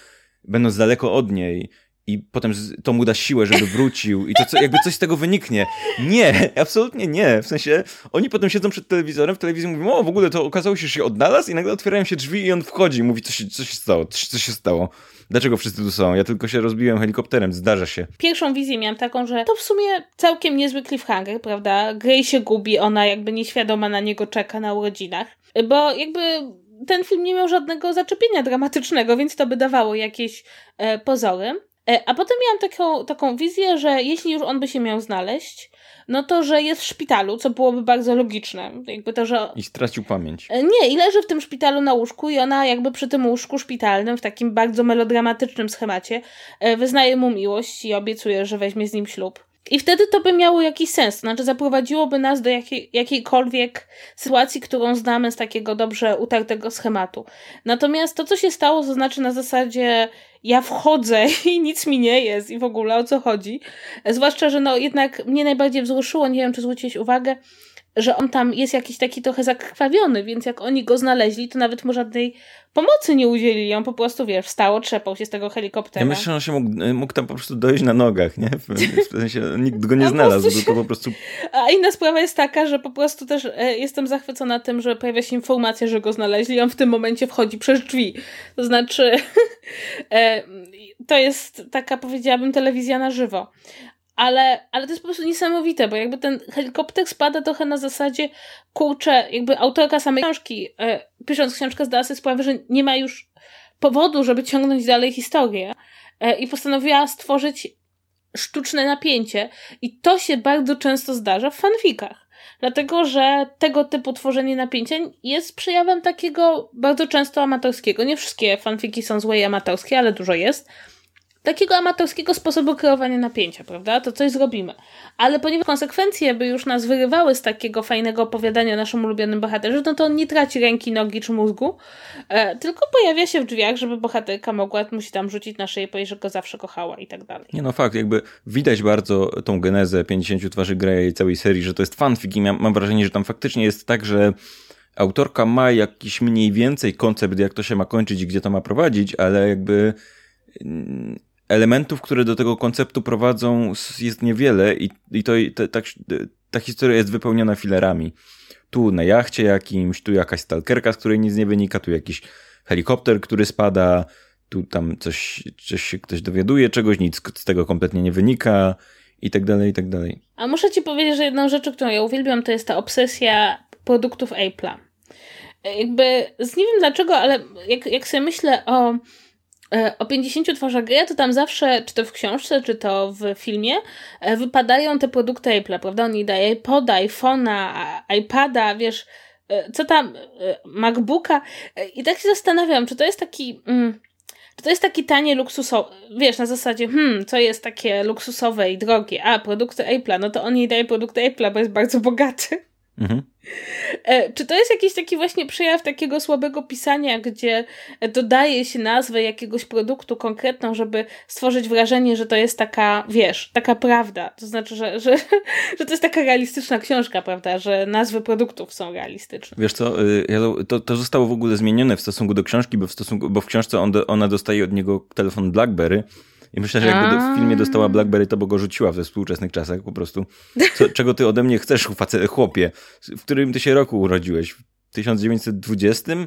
będąc daleko od niej i potem to mu da siłę, żeby wrócił i to co, jakby coś z tego wyniknie. Nie, absolutnie nie. W sensie oni potem siedzą przed telewizorem, w telewizji mówią, o w ogóle to okazało się, że się odnalazł i nagle otwierają się drzwi i on wchodzi i mówi, co się, co się stało, co się stało. Dlaczego wszyscy tu są? Ja tylko się rozbiłem helikopterem, zdarza się. Pierwszą wizję miałam taką, że to w sumie całkiem niezły cliffhanger, prawda? Grey się gubi, ona jakby nieświadoma na niego czeka na urodzinach. Bo jakby ten film nie miał żadnego zaczepienia dramatycznego, więc to by dawało jakieś e, pozory. E, a potem miałam taką, taką wizję, że jeśli już on by się miał znaleźć, no to, że jest w szpitalu, co byłoby bardzo logiczne. Jakby to, że... I stracił pamięć. Nie, i leży w tym szpitalu na łóżku i ona jakby przy tym łóżku szpitalnym, w takim bardzo melodramatycznym schemacie, wyznaje mu miłość i obiecuje, że weźmie z nim ślub. I wtedy to by miało jakiś sens, to znaczy zaprowadziłoby nas do jakiej, jakiejkolwiek sytuacji, którą znamy z takiego dobrze utartego schematu. Natomiast to, co się stało, to znaczy na zasadzie ja wchodzę i nic mi nie jest i w ogóle o co chodzi. Zwłaszcza, że no jednak mnie najbardziej wzruszyło, nie wiem czy zwróciłeś uwagę, że on tam jest jakiś taki trochę zakrwawiony, więc jak oni go znaleźli, to nawet mu żadnej pomocy nie udzielili. On po prostu, wiesz, wstał, trzepał się z tego helikoptera. Ja myślę, że on się mógł, mógł tam po prostu dojść na nogach, nie? W, w sensie nikt go nie znalazł, się... tylko po prostu... A inna sprawa jest taka, że po prostu też e, jestem zachwycona tym, że pojawia się informacja, że go znaleźli i on w tym momencie wchodzi przez drzwi. To znaczy e, to jest taka, powiedziałabym, telewizja na żywo. Ale, ale to jest po prostu niesamowite, bo jakby ten helikopter spada trochę na zasadzie, kurczę, jakby autorka samej książki, e, pisząc książkę, zdała sobie sprawę, że nie ma już powodu, żeby ciągnąć dalej historię e, i postanowiła stworzyć sztuczne napięcie i to się bardzo często zdarza w fanfikach. Dlatego, że tego typu tworzenie napięcia jest przejawem takiego bardzo często amatorskiego. Nie wszystkie fanfiki są złe i amatorskie, ale dużo jest. Takiego amatorskiego sposobu kreowania napięcia, prawda? To coś zrobimy. Ale ponieważ konsekwencje by już nas wyrywały z takiego fajnego opowiadania o naszym ulubionym bohaterze, no to on nie traci ręki, nogi czy mózgu, e, tylko pojawia się w drzwiach, żeby bohaterka mogła mu się tam rzucić na szyję, powiedzieć, że go zawsze kochała i tak dalej. Nie no fakt, jakby widać bardzo tą genezę pięćdziesięciu twarzy Greya i całej serii, że to jest fanfic i mam, mam wrażenie, że tam faktycznie jest tak, że autorka ma jakiś mniej więcej koncept, jak to się ma kończyć i gdzie to ma prowadzić, ale jakby... elementów, które do tego konceptu prowadzą, jest niewiele i, i to i te, ta, ta historia jest wypełniona filerami. Tu na jachcie jakimś, tu jakaś stalkerka, z której nic nie wynika, tu jakiś helikopter, który spada, tu tam coś, coś się ktoś dowiaduje, czegoś, nic z tego kompletnie nie wynika i tak dalej, i tak dalej. A muszę ci powiedzieć, że jedną rzeczą, którą ja uwielbiam, to jest ta obsesja produktów Apple'a. Jakby, nie wiem dlaczego, ale jak, jak sobie myślę o O pięćdziesięciu twarzach Greya, to tam zawsze, czy to w książce, czy to w filmie, wypadają te produkty Apple'a, prawda? On jej daje iPoda, iPhone'a, iPada, wiesz, co tam, MacBooka. I tak się zastanawiam, czy to jest taki, mm, czy to jest taki tanie, luksusowy, wiesz, na zasadzie, hmm, co jest takie luksusowe i drogie? A, produkty Apple'a, no to on jej daje produkty Apple'a, bo jest bardzo bogaty. Mhm. E, czy to jest jakiś taki właśnie przejaw takiego słabego pisania, gdzie dodaje się nazwę jakiegoś produktu konkretną, żeby stworzyć wrażenie, że to jest taka, wiesz, taka prawda. To znaczy, że, że, że to jest taka realistyczna książka, prawda, że nazwy produktów są realistyczne. Wiesz co, to, to zostało w ogóle zmienione w stosunku do książki, bo w, stosunku, bo w książce on, ona dostaje od niego telefon BlackBerry. I myślę, że jakby w filmie dostała BlackBerry, to by go rzuciła we współczesnych czasach po prostu. Co, czego ty ode mnie chcesz, chłopie? W którym ty się roku urodziłeś? W tysiąc dziewięćset dwudziestym?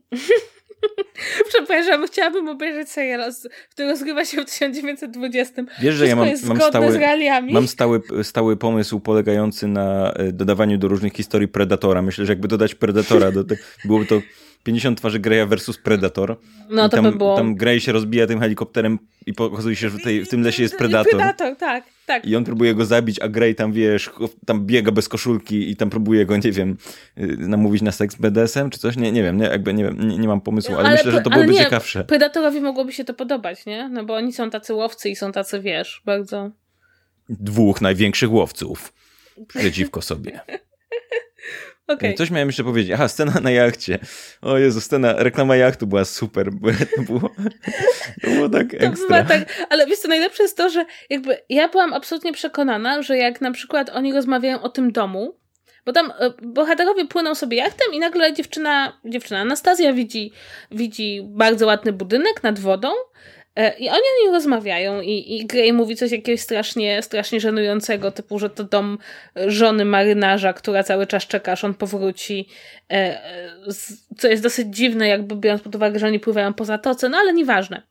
Przepraszam, chciałabym obejrzeć serial, który rozgrywa się w tysiąc dziewięćset dwudziestym. Wiesz, że ja mam, mam, stały, mam stały, stały pomysł polegający na dodawaniu do różnych historii Predatora. Myślę, że jakby dodać Predatora, do te, byłoby to pięćdziesiąt twarzy Greya versus Predator. No to tam, by było. Tam Grey się rozbija tym helikopterem i okazuje się, że w, tej, w tym lesie jest Predator. Predator, tak, tak. I on próbuje go zabić, a Grey tam, wiesz, tam biega bez koszulki i tam próbuje go, nie wiem, namówić na seks B D S M czy coś. Nie, nie wiem, nie, jakby nie wiem, nie, nie mam pomysłu, ale, ale myślę, że to byłoby nie, ciekawsze. Predatorowi mogłoby się to podobać, nie? No bo oni są tacy łowcy i są tacy, wiesz, bardzo... Dwóch największych łowców przeciwko sobie. Okay. Coś miałem jeszcze powiedzieć. Aha, scena na jachcie. O Jezu, scena, reklama jachtu była super. To było, to było tak to ekstra. Tak, ale wiesz co, najlepsze jest to, że jakby ja byłam absolutnie przekonana, że jak na przykład oni rozmawiają o tym domu, bo tam bohaterowie płyną sobie jachtem i nagle dziewczyna, dziewczyna Anastazja widzi, widzi bardzo ładny budynek nad wodą I oni o nim rozmawiają i, i Grey mówi coś jakiegoś strasznie, strasznie żenującego, typu, że to dom żony marynarza, która cały czas czeka, aż on powróci, co jest dosyć dziwne, jakby biorąc pod uwagę, że oni pływają po zatoce, no ale nieważne.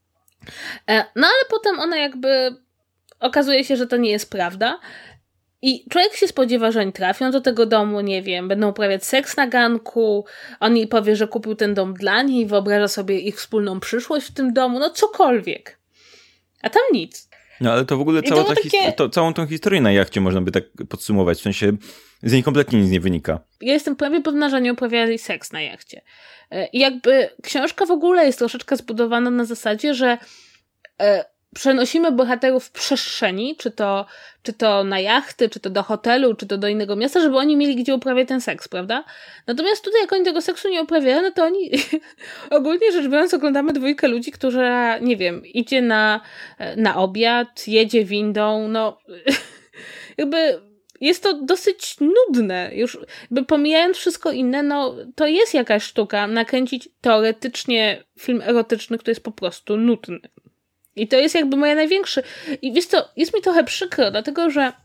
No ale potem ona jakby okazuje się, że to nie jest prawda. I człowiek się spodziewa, że oni trafią do tego domu, nie wiem, będą uprawiać seks na ganku, on jej powie, że kupił ten dom dla niej, wyobraża sobie ich wspólną przyszłość w tym domu, no cokolwiek. A tam nic. No ale to w ogóle cała ta takie... his- to, całą tą historię na jachcie można by tak podsumować, w sensie z niej kompletnie nic nie wynika. Ja jestem prawie pewna, że nie uprawiali seks na jachcie. I jakby książka w ogóle jest troszeczkę zbudowana na zasadzie, że przenosimy bohaterów w przestrzeni, czy to, czy to na jachty, czy to do hotelu, czy to do innego miasta, żeby oni mieli gdzie uprawiać ten seks, prawda? Natomiast tutaj, jak oni tego seksu nie uprawiają, no to oni ogólnie rzecz biorąc oglądamy dwójkę ludzi, która, nie wiem, idzie na, na obiad, jedzie windą, no jakby jest to dosyć nudne. Już jakby pomijając wszystko inne, no to jest jakaś sztuka nakręcić teoretycznie film erotyczny, który jest po prostu nudny. I to jest jakby moja największy... I wiesz co, jest mi trochę przykro, dlatego że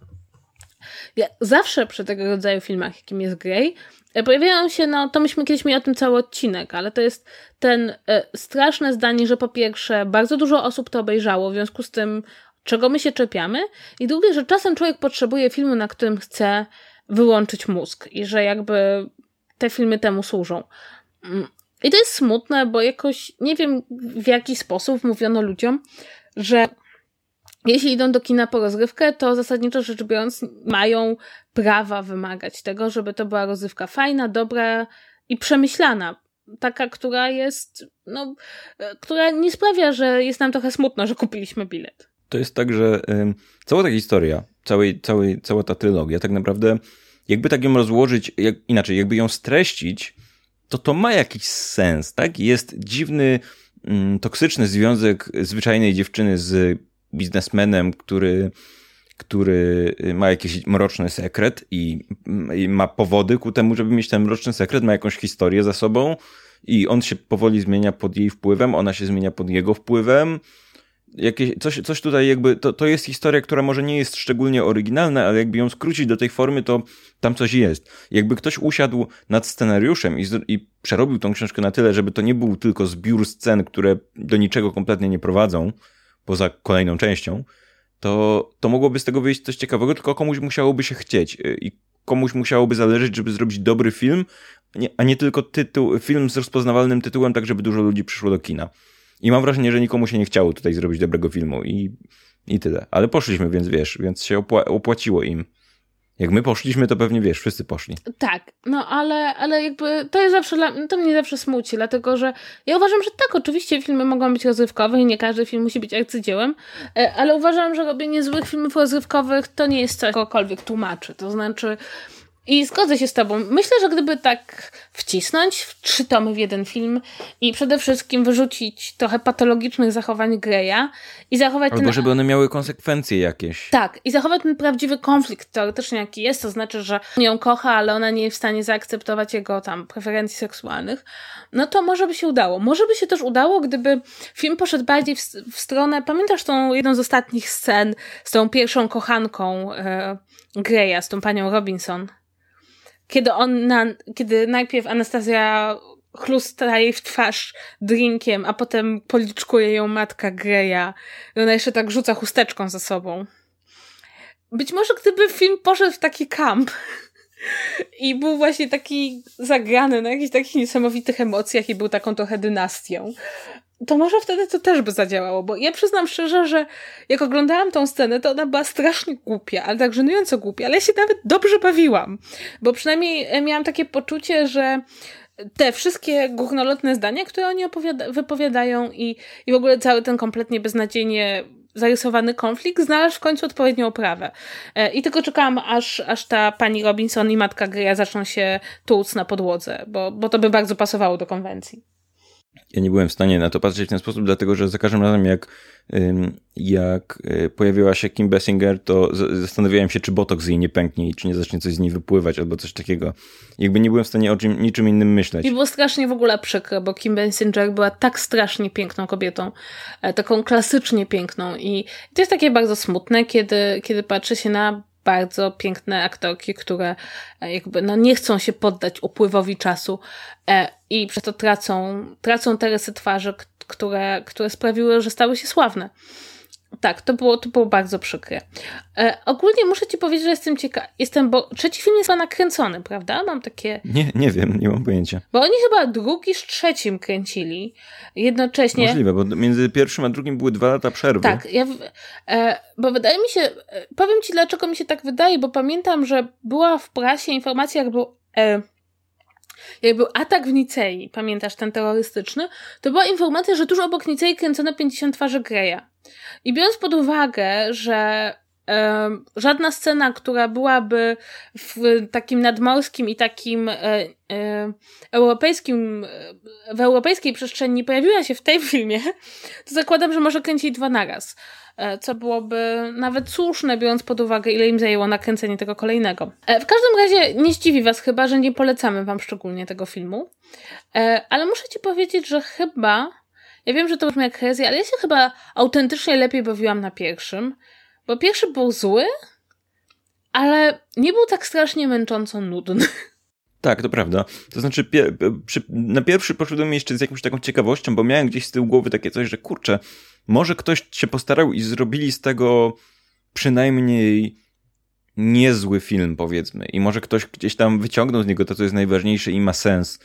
ja zawsze przy tego rodzaju filmach, jakim jest Grey, pojawiają się, no to myśmy kiedyś mieli o tym cały odcinek, ale to jest ten e, straszne zdanie, że po pierwsze bardzo dużo osób to obejrzało, w związku z tym czego my się czepiamy, i drugie, że czasem człowiek potrzebuje filmu, na którym chce wyłączyć mózg i że jakby te filmy temu służą. I to jest smutne, bo jakoś nie wiem w jaki sposób mówiono ludziom, że jeśli idą do kina po rozrywkę, to zasadniczo rzecz biorąc mają prawa wymagać tego, żeby to była rozrywka fajna, dobra i przemyślana. Taka, która jest, no, która nie sprawia, że jest nam trochę smutno, że kupiliśmy bilet. To jest tak, że y, cała ta historia, całej, całej, cała ta trylogia, tak naprawdę jakby tak ją rozłożyć, jak, inaczej, jakby ją streścić, to to ma jakiś sens, tak? Jest dziwny, mm, toksyczny związek zwyczajnej dziewczyny z biznesmenem, który, który ma jakiś mroczny sekret i, i ma powody ku temu, żeby mieć ten mroczny sekret, ma jakąś historię za sobą i on się powoli zmienia pod jej wpływem, ona się zmienia pod jego wpływem. Jakieś, coś, coś tutaj jakby, to, to jest historia, która może nie jest szczególnie oryginalna, ale jakby ją skrócić do tej formy, to tam coś jest. Jakby ktoś usiadł nad scenariuszem i, z, i przerobił tą książkę na tyle, żeby to nie był tylko zbiór scen, które do niczego kompletnie nie prowadzą, poza kolejną częścią, to, to mogłoby z tego wyjść coś ciekawego, tylko komuś musiałoby się chcieć i komuś musiałoby zależeć, żeby zrobić dobry film, nie, a nie tylko tytuł, film z rozpoznawalnym tytułem, tak żeby dużo ludzi przyszło do kina. I mam wrażenie, że nikomu się nie chciało tutaj zrobić dobrego filmu i, i tyle. Ale poszliśmy, więc wiesz, więc się opła- opłaciło im. Jak my poszliśmy, to pewnie wiesz, wszyscy poszli. Tak, no ale, ale jakby to jest zawsze, to mnie zawsze smuci, dlatego że ja uważam, że tak, oczywiście filmy mogą być rozrywkowe i nie każdy film musi być arcydziełem, ale uważam, że robienie złych filmów rozrywkowych to nie jest coś, kogokolwiek tłumaczy. To znaczy, i zgodzę się z tobą. Myślę, że gdyby tak wcisnąć w trzy tomy w jeden film i przede wszystkim wyrzucić trochę patologicznych zachowań Greya i zachować Albo ten... żeby one miały konsekwencje jakieś. Tak, i zachować ten prawdziwy konflikt teoretycznie jaki jest, to znaczy, że on ją kocha, ale ona nie jest w stanie zaakceptować jego tam preferencji seksualnych, no to może by się udało. Może by się też udało, gdyby film poszedł bardziej w, w stronę, pamiętasz tą jedną z ostatnich scen z tą pierwszą kochanką e, Greya, z tą panią Robinson? Kiedy on, na, kiedy najpierw Anastazja chlusta jej w twarz drinkiem, a potem policzkuje ją matka Greya. I ona jeszcze tak rzuca chusteczką za sobą. Być może gdyby film poszedł w taki kamp i był właśnie taki zagrany na jakichś takich niesamowitych emocjach i był taką trochę dynastią, to może wtedy to też by zadziałało, bo ja przyznam szczerze, że jak oglądałam tą scenę, to ona była strasznie głupia, ale tak żenująco głupia, ale ja się nawet dobrze bawiłam, bo przynajmniej miałam takie poczucie, że te wszystkie górnolotne zdania, które oni opowiada- wypowiadają i, i w ogóle cały ten kompletnie beznadziejnie zarysowany konflikt znalazł w końcu odpowiednią oprawę. E, I tylko czekałam, aż, aż ta pani Robinson i matka Greya zaczną się tłuc na podłodze, bo, bo to by bardzo pasowało do konwencji. Ja nie byłem w stanie na to patrzeć w ten sposób, dlatego że za każdym razem jak, jak pojawiła się Kim Basinger, to zastanawiałem się, czy botoks jej nie pęknie i czy nie zacznie coś z niej wypływać albo coś takiego. Jakby nie byłem w stanie o czym, niczym innym myśleć. I było strasznie w ogóle przykro, bo Kim Basinger była tak strasznie piękną kobietą, taką klasycznie piękną i to jest takie bardzo smutne, kiedy, kiedy patrzy się na bardzo piękne aktorki, które jakby no nie chcą się poddać upływowi czasu e, i przez to tracą, tracą te rysy twarzy, które, które sprawiły, że stały się sławne. Tak, to było, to było bardzo przykre. E, ogólnie muszę ci powiedzieć, że jestem ciekawa, jestem, bo trzeci film jest chyba nakręcony, prawda? Mam takie... Nie, nie wiem, nie mam pojęcia. Bo oni chyba drugi z trzecim kręcili jednocześnie. Możliwe, bo między pierwszym a drugim były dwa lata przerwy. Tak, ja, e, bo wydaje mi się, e, powiem ci dlaczego mi się tak wydaje, bo pamiętam, że była w prasie informacja, jak był, e, jak był atak w Nicei, pamiętasz, ten terrorystyczny, to była informacja, że tuż obok Nicei kręcono pięćdziesiąt twarzy Greya. I biorąc pod uwagę, że e, żadna scena, która byłaby w takim nadmorskim i takim e, e, europejskim, w europejskiej przestrzeni nie pojawiła się w tej filmie, to zakładam, że może kręcić dwa naraz. E, co byłoby nawet słuszne, biorąc pod uwagę, ile im zajęło nakręcenie tego kolejnego. E, w każdym razie nie zdziwi was chyba, że nie polecamy wam szczególnie tego filmu. E, ale muszę ci powiedzieć, że chyba ja wiem, że to brzmi jak herezja, ale ja się chyba autentycznie lepiej bawiłam na pierwszym, bo pierwszy był zły, ale nie był tak strasznie męcząco nudny. Tak, to prawda. To znaczy pie- przy, na pierwszy poszedłem jeszcze z jakąś taką ciekawością, bo miałem gdzieś z tyłu głowy takie coś, że kurczę, może ktoś się postarał i zrobili z tego przynajmniej niezły film, powiedzmy. I może ktoś gdzieś tam wyciągnął z niego to, co jest najważniejsze i ma sens.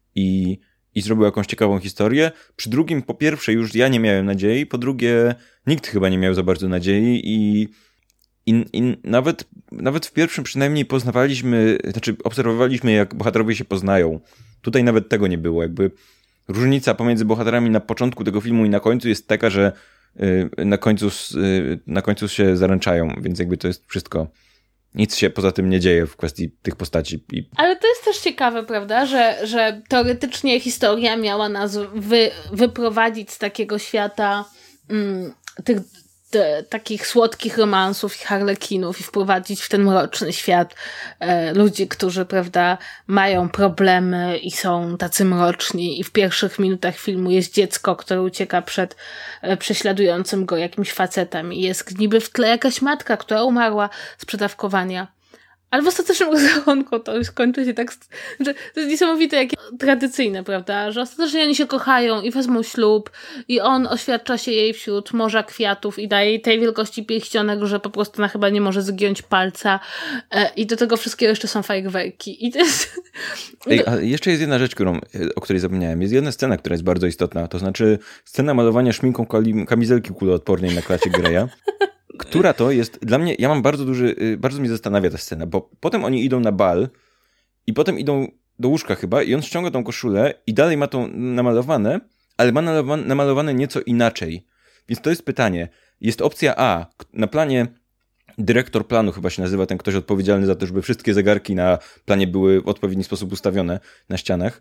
I i zrobił jakąś ciekawą historię. Przy drugim, po pierwsze, już ja nie miałem nadziei, po drugie, nikt chyba nie miał za bardzo nadziei i, i, i nawet, nawet w pierwszym przynajmniej poznawaliśmy, znaczy obserwowaliśmy, jak bohaterowie się poznają. Tutaj nawet tego nie było. Jakby różnica pomiędzy bohaterami na początku tego filmu i na końcu jest taka, że yy, na końcu, yy, na końcu się zaręczają, więc jakby to jest wszystko. Nic się poza tym nie dzieje w kwestii tych postaci. I... Ale to jest też ciekawe, prawda, że, że teoretycznie historia miała nas wy, wyprowadzić z takiego świata mm, tych te, takich słodkich romansów i harlekinów i wprowadzić w ten mroczny świat e, ludzi, którzy, prawda, mają problemy i są tacy mroczni i w pierwszych minutach filmu jest dziecko, które ucieka przed e, prześladującym go jakimś facetem i jest niby w tle jakaś matka, która umarła z przedawkowania. Ale w ostatecznym rozrachunku to już kończy się tak, że to jest niesamowite, jakie tradycyjne, prawda, że ostatecznie oni się kochają i wezmą ślub i on oświadcza się jej wśród morza kwiatów i daje jej tej wielkości pierścionek, że po prostu ona chyba nie może zgiąć palca e, i do tego wszystkiego jeszcze są fajerwerki. I to jest... Ej, a jeszcze jest jedna rzecz, którą, o której zapomniałem. Jest jedna scena, która jest bardzo istotna, to znaczy scena malowania szminką kamizelki kuloodpornej na klacie Greya. Która to jest, dla mnie, ja mam bardzo duży, bardzo mnie zastanawia ta scena, bo potem oni idą na bal i potem idą do łóżka chyba i on ściąga tą koszulę i dalej ma to namalowane, ale ma namalowane nieco inaczej. Więc to jest pytanie. Jest opcja A, na planie dyrektor planu chyba się nazywa ten ktoś odpowiedzialny za to, żeby wszystkie zegarki na planie były w odpowiedni sposób ustawione na ścianach.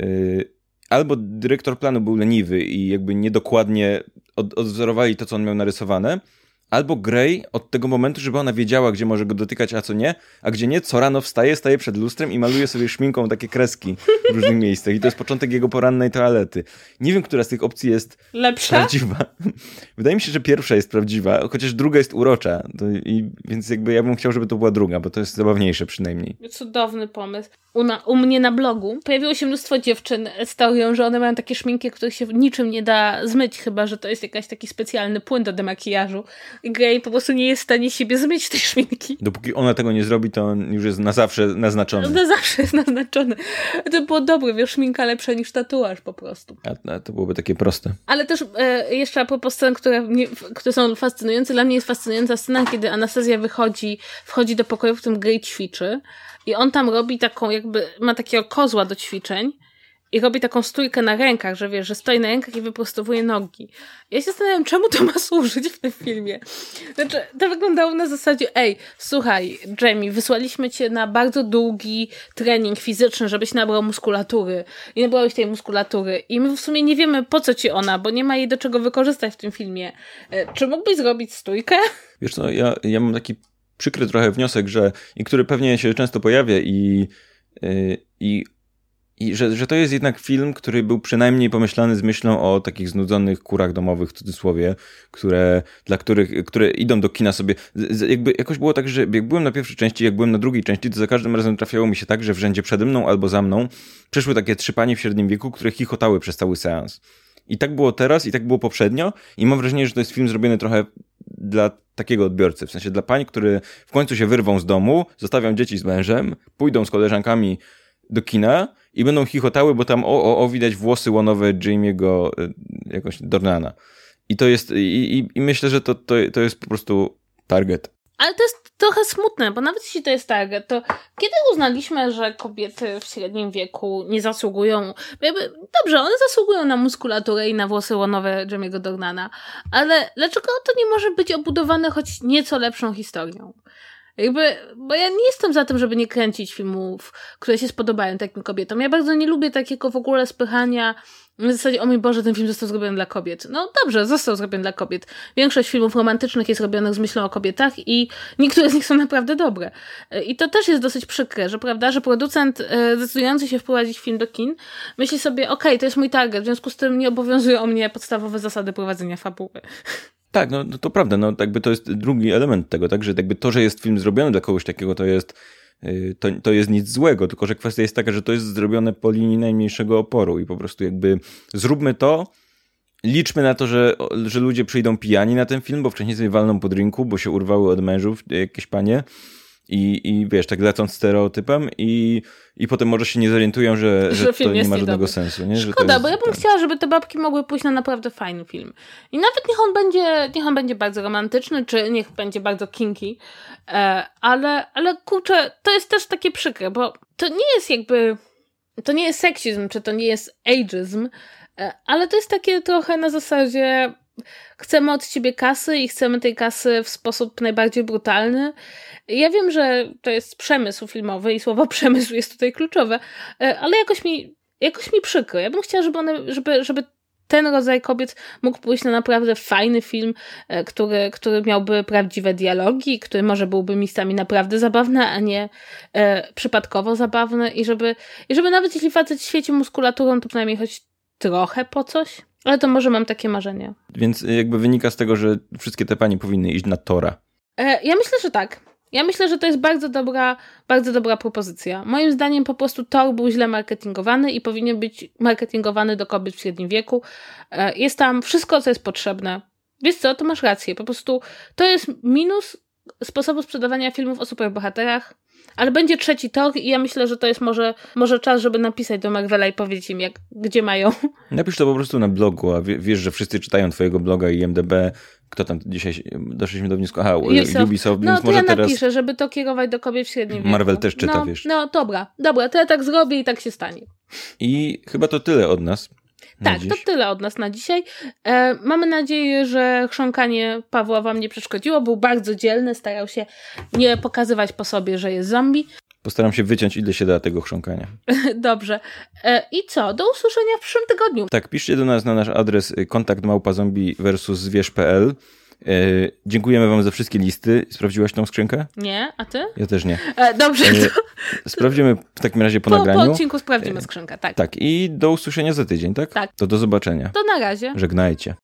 Albo dyrektor planu był leniwy i jakby niedokładnie od, odwzorowali to, co on miał narysowane. Albo Grey od tego momentu, żeby ona wiedziała, gdzie może go dotykać, a co nie, a gdzie nie, co rano wstaje, staje przed lustrem i maluje sobie szminką takie kreski w różnych miejscach. I to jest początek jego porannej toalety. Nie wiem, która z tych opcji jest lepsza? Prawdziwa. Wydaje mi się, że pierwsza jest prawdziwa, chociaż druga jest urocza. To i, więc jakby ja bym chciał, żeby to była druga, bo to jest zabawniejsze przynajmniej. Cudowny pomysł. U, na, u mnie na blogu pojawiło się mnóstwo dziewczyn z teorią, że one mają takie szminki, których się niczym nie da zmyć, chyba że to jest jakiś taki specjalny płyn do demakijażu. Grey po prostu nie jest w stanie siebie zmyć tej szminki. Dopóki ona tego nie zrobi, to on już jest na zawsze naznaczony. Na zawsze jest naznaczony. To było dobre, wiesz, szminka lepsza niż tatuaż po prostu. A, a to byłoby takie proste. Ale też e, jeszcze a propos scen, które, mnie, które są fascynujące, dla mnie jest fascynująca scena, kiedy Anastazja wychodzi, wchodzi do pokoju, w którym Grey ćwiczy i on tam robi taką jakby, ma takiego kozła do ćwiczeń i robi taką stójkę na rękach, że wiesz, że stoi na rękach i wyprostowuje nogi. Ja się zastanawiam, czemu to ma służyć w tym filmie. Znaczy, to wyglądało na zasadzie, ej, słuchaj, Jamie, wysłaliśmy cię na bardzo długi trening fizyczny, żebyś nabrał muskulatury. I nabrałeś tej muskulatury. I my w sumie nie wiemy, po co ci ona, bo nie ma jej do czego wykorzystać w tym filmie. Czy mógłbyś zrobić stójkę? Wiesz co, ja, ja mam taki przykry trochę wniosek, że i który pewnie się często pojawia i, yy, i I że, że to jest jednak film, który był przynajmniej pomyślany z myślą o takich znudzonych kurach domowych, w cudzysłowie, które, dla których, które idą do kina sobie. Jakby jakoś było tak, że jak byłem na pierwszej części, jak byłem na drugiej części, to za każdym razem trafiało mi się tak, że w rzędzie przede mną albo za mną przyszły takie trzy panie w średnim wieku, które chichotały przez cały seans. I tak było teraz, i tak było poprzednio, i mam wrażenie, że to jest film zrobiony trochę dla takiego odbiorcy, w sensie dla pań, które w końcu się wyrwą z domu, zostawią dzieci z mężem, pójdą z koleżankami do kina i będą chichotały, bo tam o, o, o widać włosy łonowe Jamie'ego jakoś Dornana. I to jest, i, i, i myślę, że to, to, to jest po prostu target. Ale to jest trochę smutne, bo nawet jeśli to jest target, to kiedy uznaliśmy, że kobiety w średnim wieku nie zasługują, jakby, dobrze, one zasługują na muskulaturę i na włosy łonowe Jamie'ego Dornana, ale dlaczego to nie może być obudowane choć nieco lepszą historią? Jakby, bo ja nie jestem za tym, żeby nie kręcić filmów, które się spodobają takim kobietom. Ja bardzo nie lubię takiego w ogóle spychania w zasadzie, o mój Boże, ten film został zrobiony dla kobiet. No dobrze, został zrobiony dla kobiet. Większość filmów romantycznych jest robionych z myślą o kobietach i niektóre z nich są naprawdę dobre. I to też jest dosyć przykre, że prawda, że producent decydujący się wprowadzić film do kin myśli sobie, okej, okay, to jest mój target, w związku z tym nie obowiązują o mnie podstawowe zasady prowadzenia fabuły. Tak, no, no to prawda, no jakby to jest drugi element tego, tak, że jakby to, że jest film zrobiony dla kogoś takiego, to jest, yy, to, to jest nic złego, tylko że kwestia jest taka, że to jest zrobione po linii najmniejszego oporu i po prostu jakby zróbmy to, liczmy na to, że, że ludzie przyjdą pijani na ten film, bo wcześniej sobie walną po drinku, bo się urwały od mężów jakieś panie i, i wiesz, tak lecąc stereotypem i, i potem może się nie zorientują, że, że, że to nie ma żadnego sensu. Nie? Że Szkoda, to jest, bo ja bym tak. chciała, żeby te babki mogły pójść na naprawdę fajny film. I nawet niech on będzie, niech on będzie bardzo romantyczny, czy niech będzie bardzo kinky, e, ale, ale kurczę, to jest też takie przykre, bo to nie jest jakby, to nie jest seksizm, czy to nie jest ageism, e, ale to jest takie trochę na zasadzie chcemy od ciebie kasy i chcemy tej kasy w sposób najbardziej brutalny. Ja wiem, że to jest przemysł filmowy i słowo przemysł jest tutaj kluczowe, ale jakoś mi, jakoś mi przykro. Ja bym chciała, żeby, one, żeby, żeby ten rodzaj kobiet mógł pójść na naprawdę fajny film, który, który miałby prawdziwe dialogi, który może byłby miejscami naprawdę zabawny, a nie e, przypadkowo zabawny i żeby, i żeby nawet jeśli facet świeci muskulaturą, to przynajmniej choć trochę po coś. Ale to może mam takie marzenia. Więc jakby wynika z tego, że wszystkie te panie powinny iść na Tora. E, ja myślę, że tak. Ja myślę, że to jest bardzo dobra, bardzo dobra propozycja. Moim zdaniem po prostu Thor był źle marketingowany i powinien być marketingowany do kobiet w średnim wieku. E, jest tam wszystko, co jest potrzebne. Wiesz co, to masz rację. Po prostu to jest minus sposobu sprzedawania filmów o superbohaterach. Ale będzie trzeci Thor i ja myślę, że to jest może, może czas, żeby napisać do Marvela i powiedzieć im, jak, gdzie mają. Napisz to po prostu na blogu, a wiesz, że wszyscy czytają twojego bloga i I M D B. Kto tam dzisiaj, doszliśmy do wniosku, aha, Ubisoft, Ubisoft no, więc to może ja teraz... napiszę, żeby to kierować do kobiet w średnim wieku. Marvel też czyta, no, wiesz. No, dobra, dobra, to ja tak zrobię i tak się stanie. I chyba to tyle od nas. Tak, dziś. To tyle od nas na dzisiaj. E, mamy nadzieję, że chrząkanie Pawła wam nie przeszkodziło. Był bardzo dzielny, starał się nie pokazywać po sobie, że jest zombie. Postaram się wyciąć ile się da tego chrząkania. Dobrze. E, I co? Do usłyszenia w przyszłym tygodniu. Tak, piszcie do nas na nasz adres kontakt małpa zombie versus zwierz kropka p l. E, dziękujemy wam za wszystkie listy. Sprawdziłaś tą skrzynkę? Nie, a ty? Ja też nie. E, dobrze. E, to... Sprawdzimy w takim razie po, po nagraniu. Po odcinku sprawdzimy skrzynkę, tak. Tak, i do usłyszenia za tydzień, tak? Tak. To do zobaczenia. To na razie. Żegnajcie.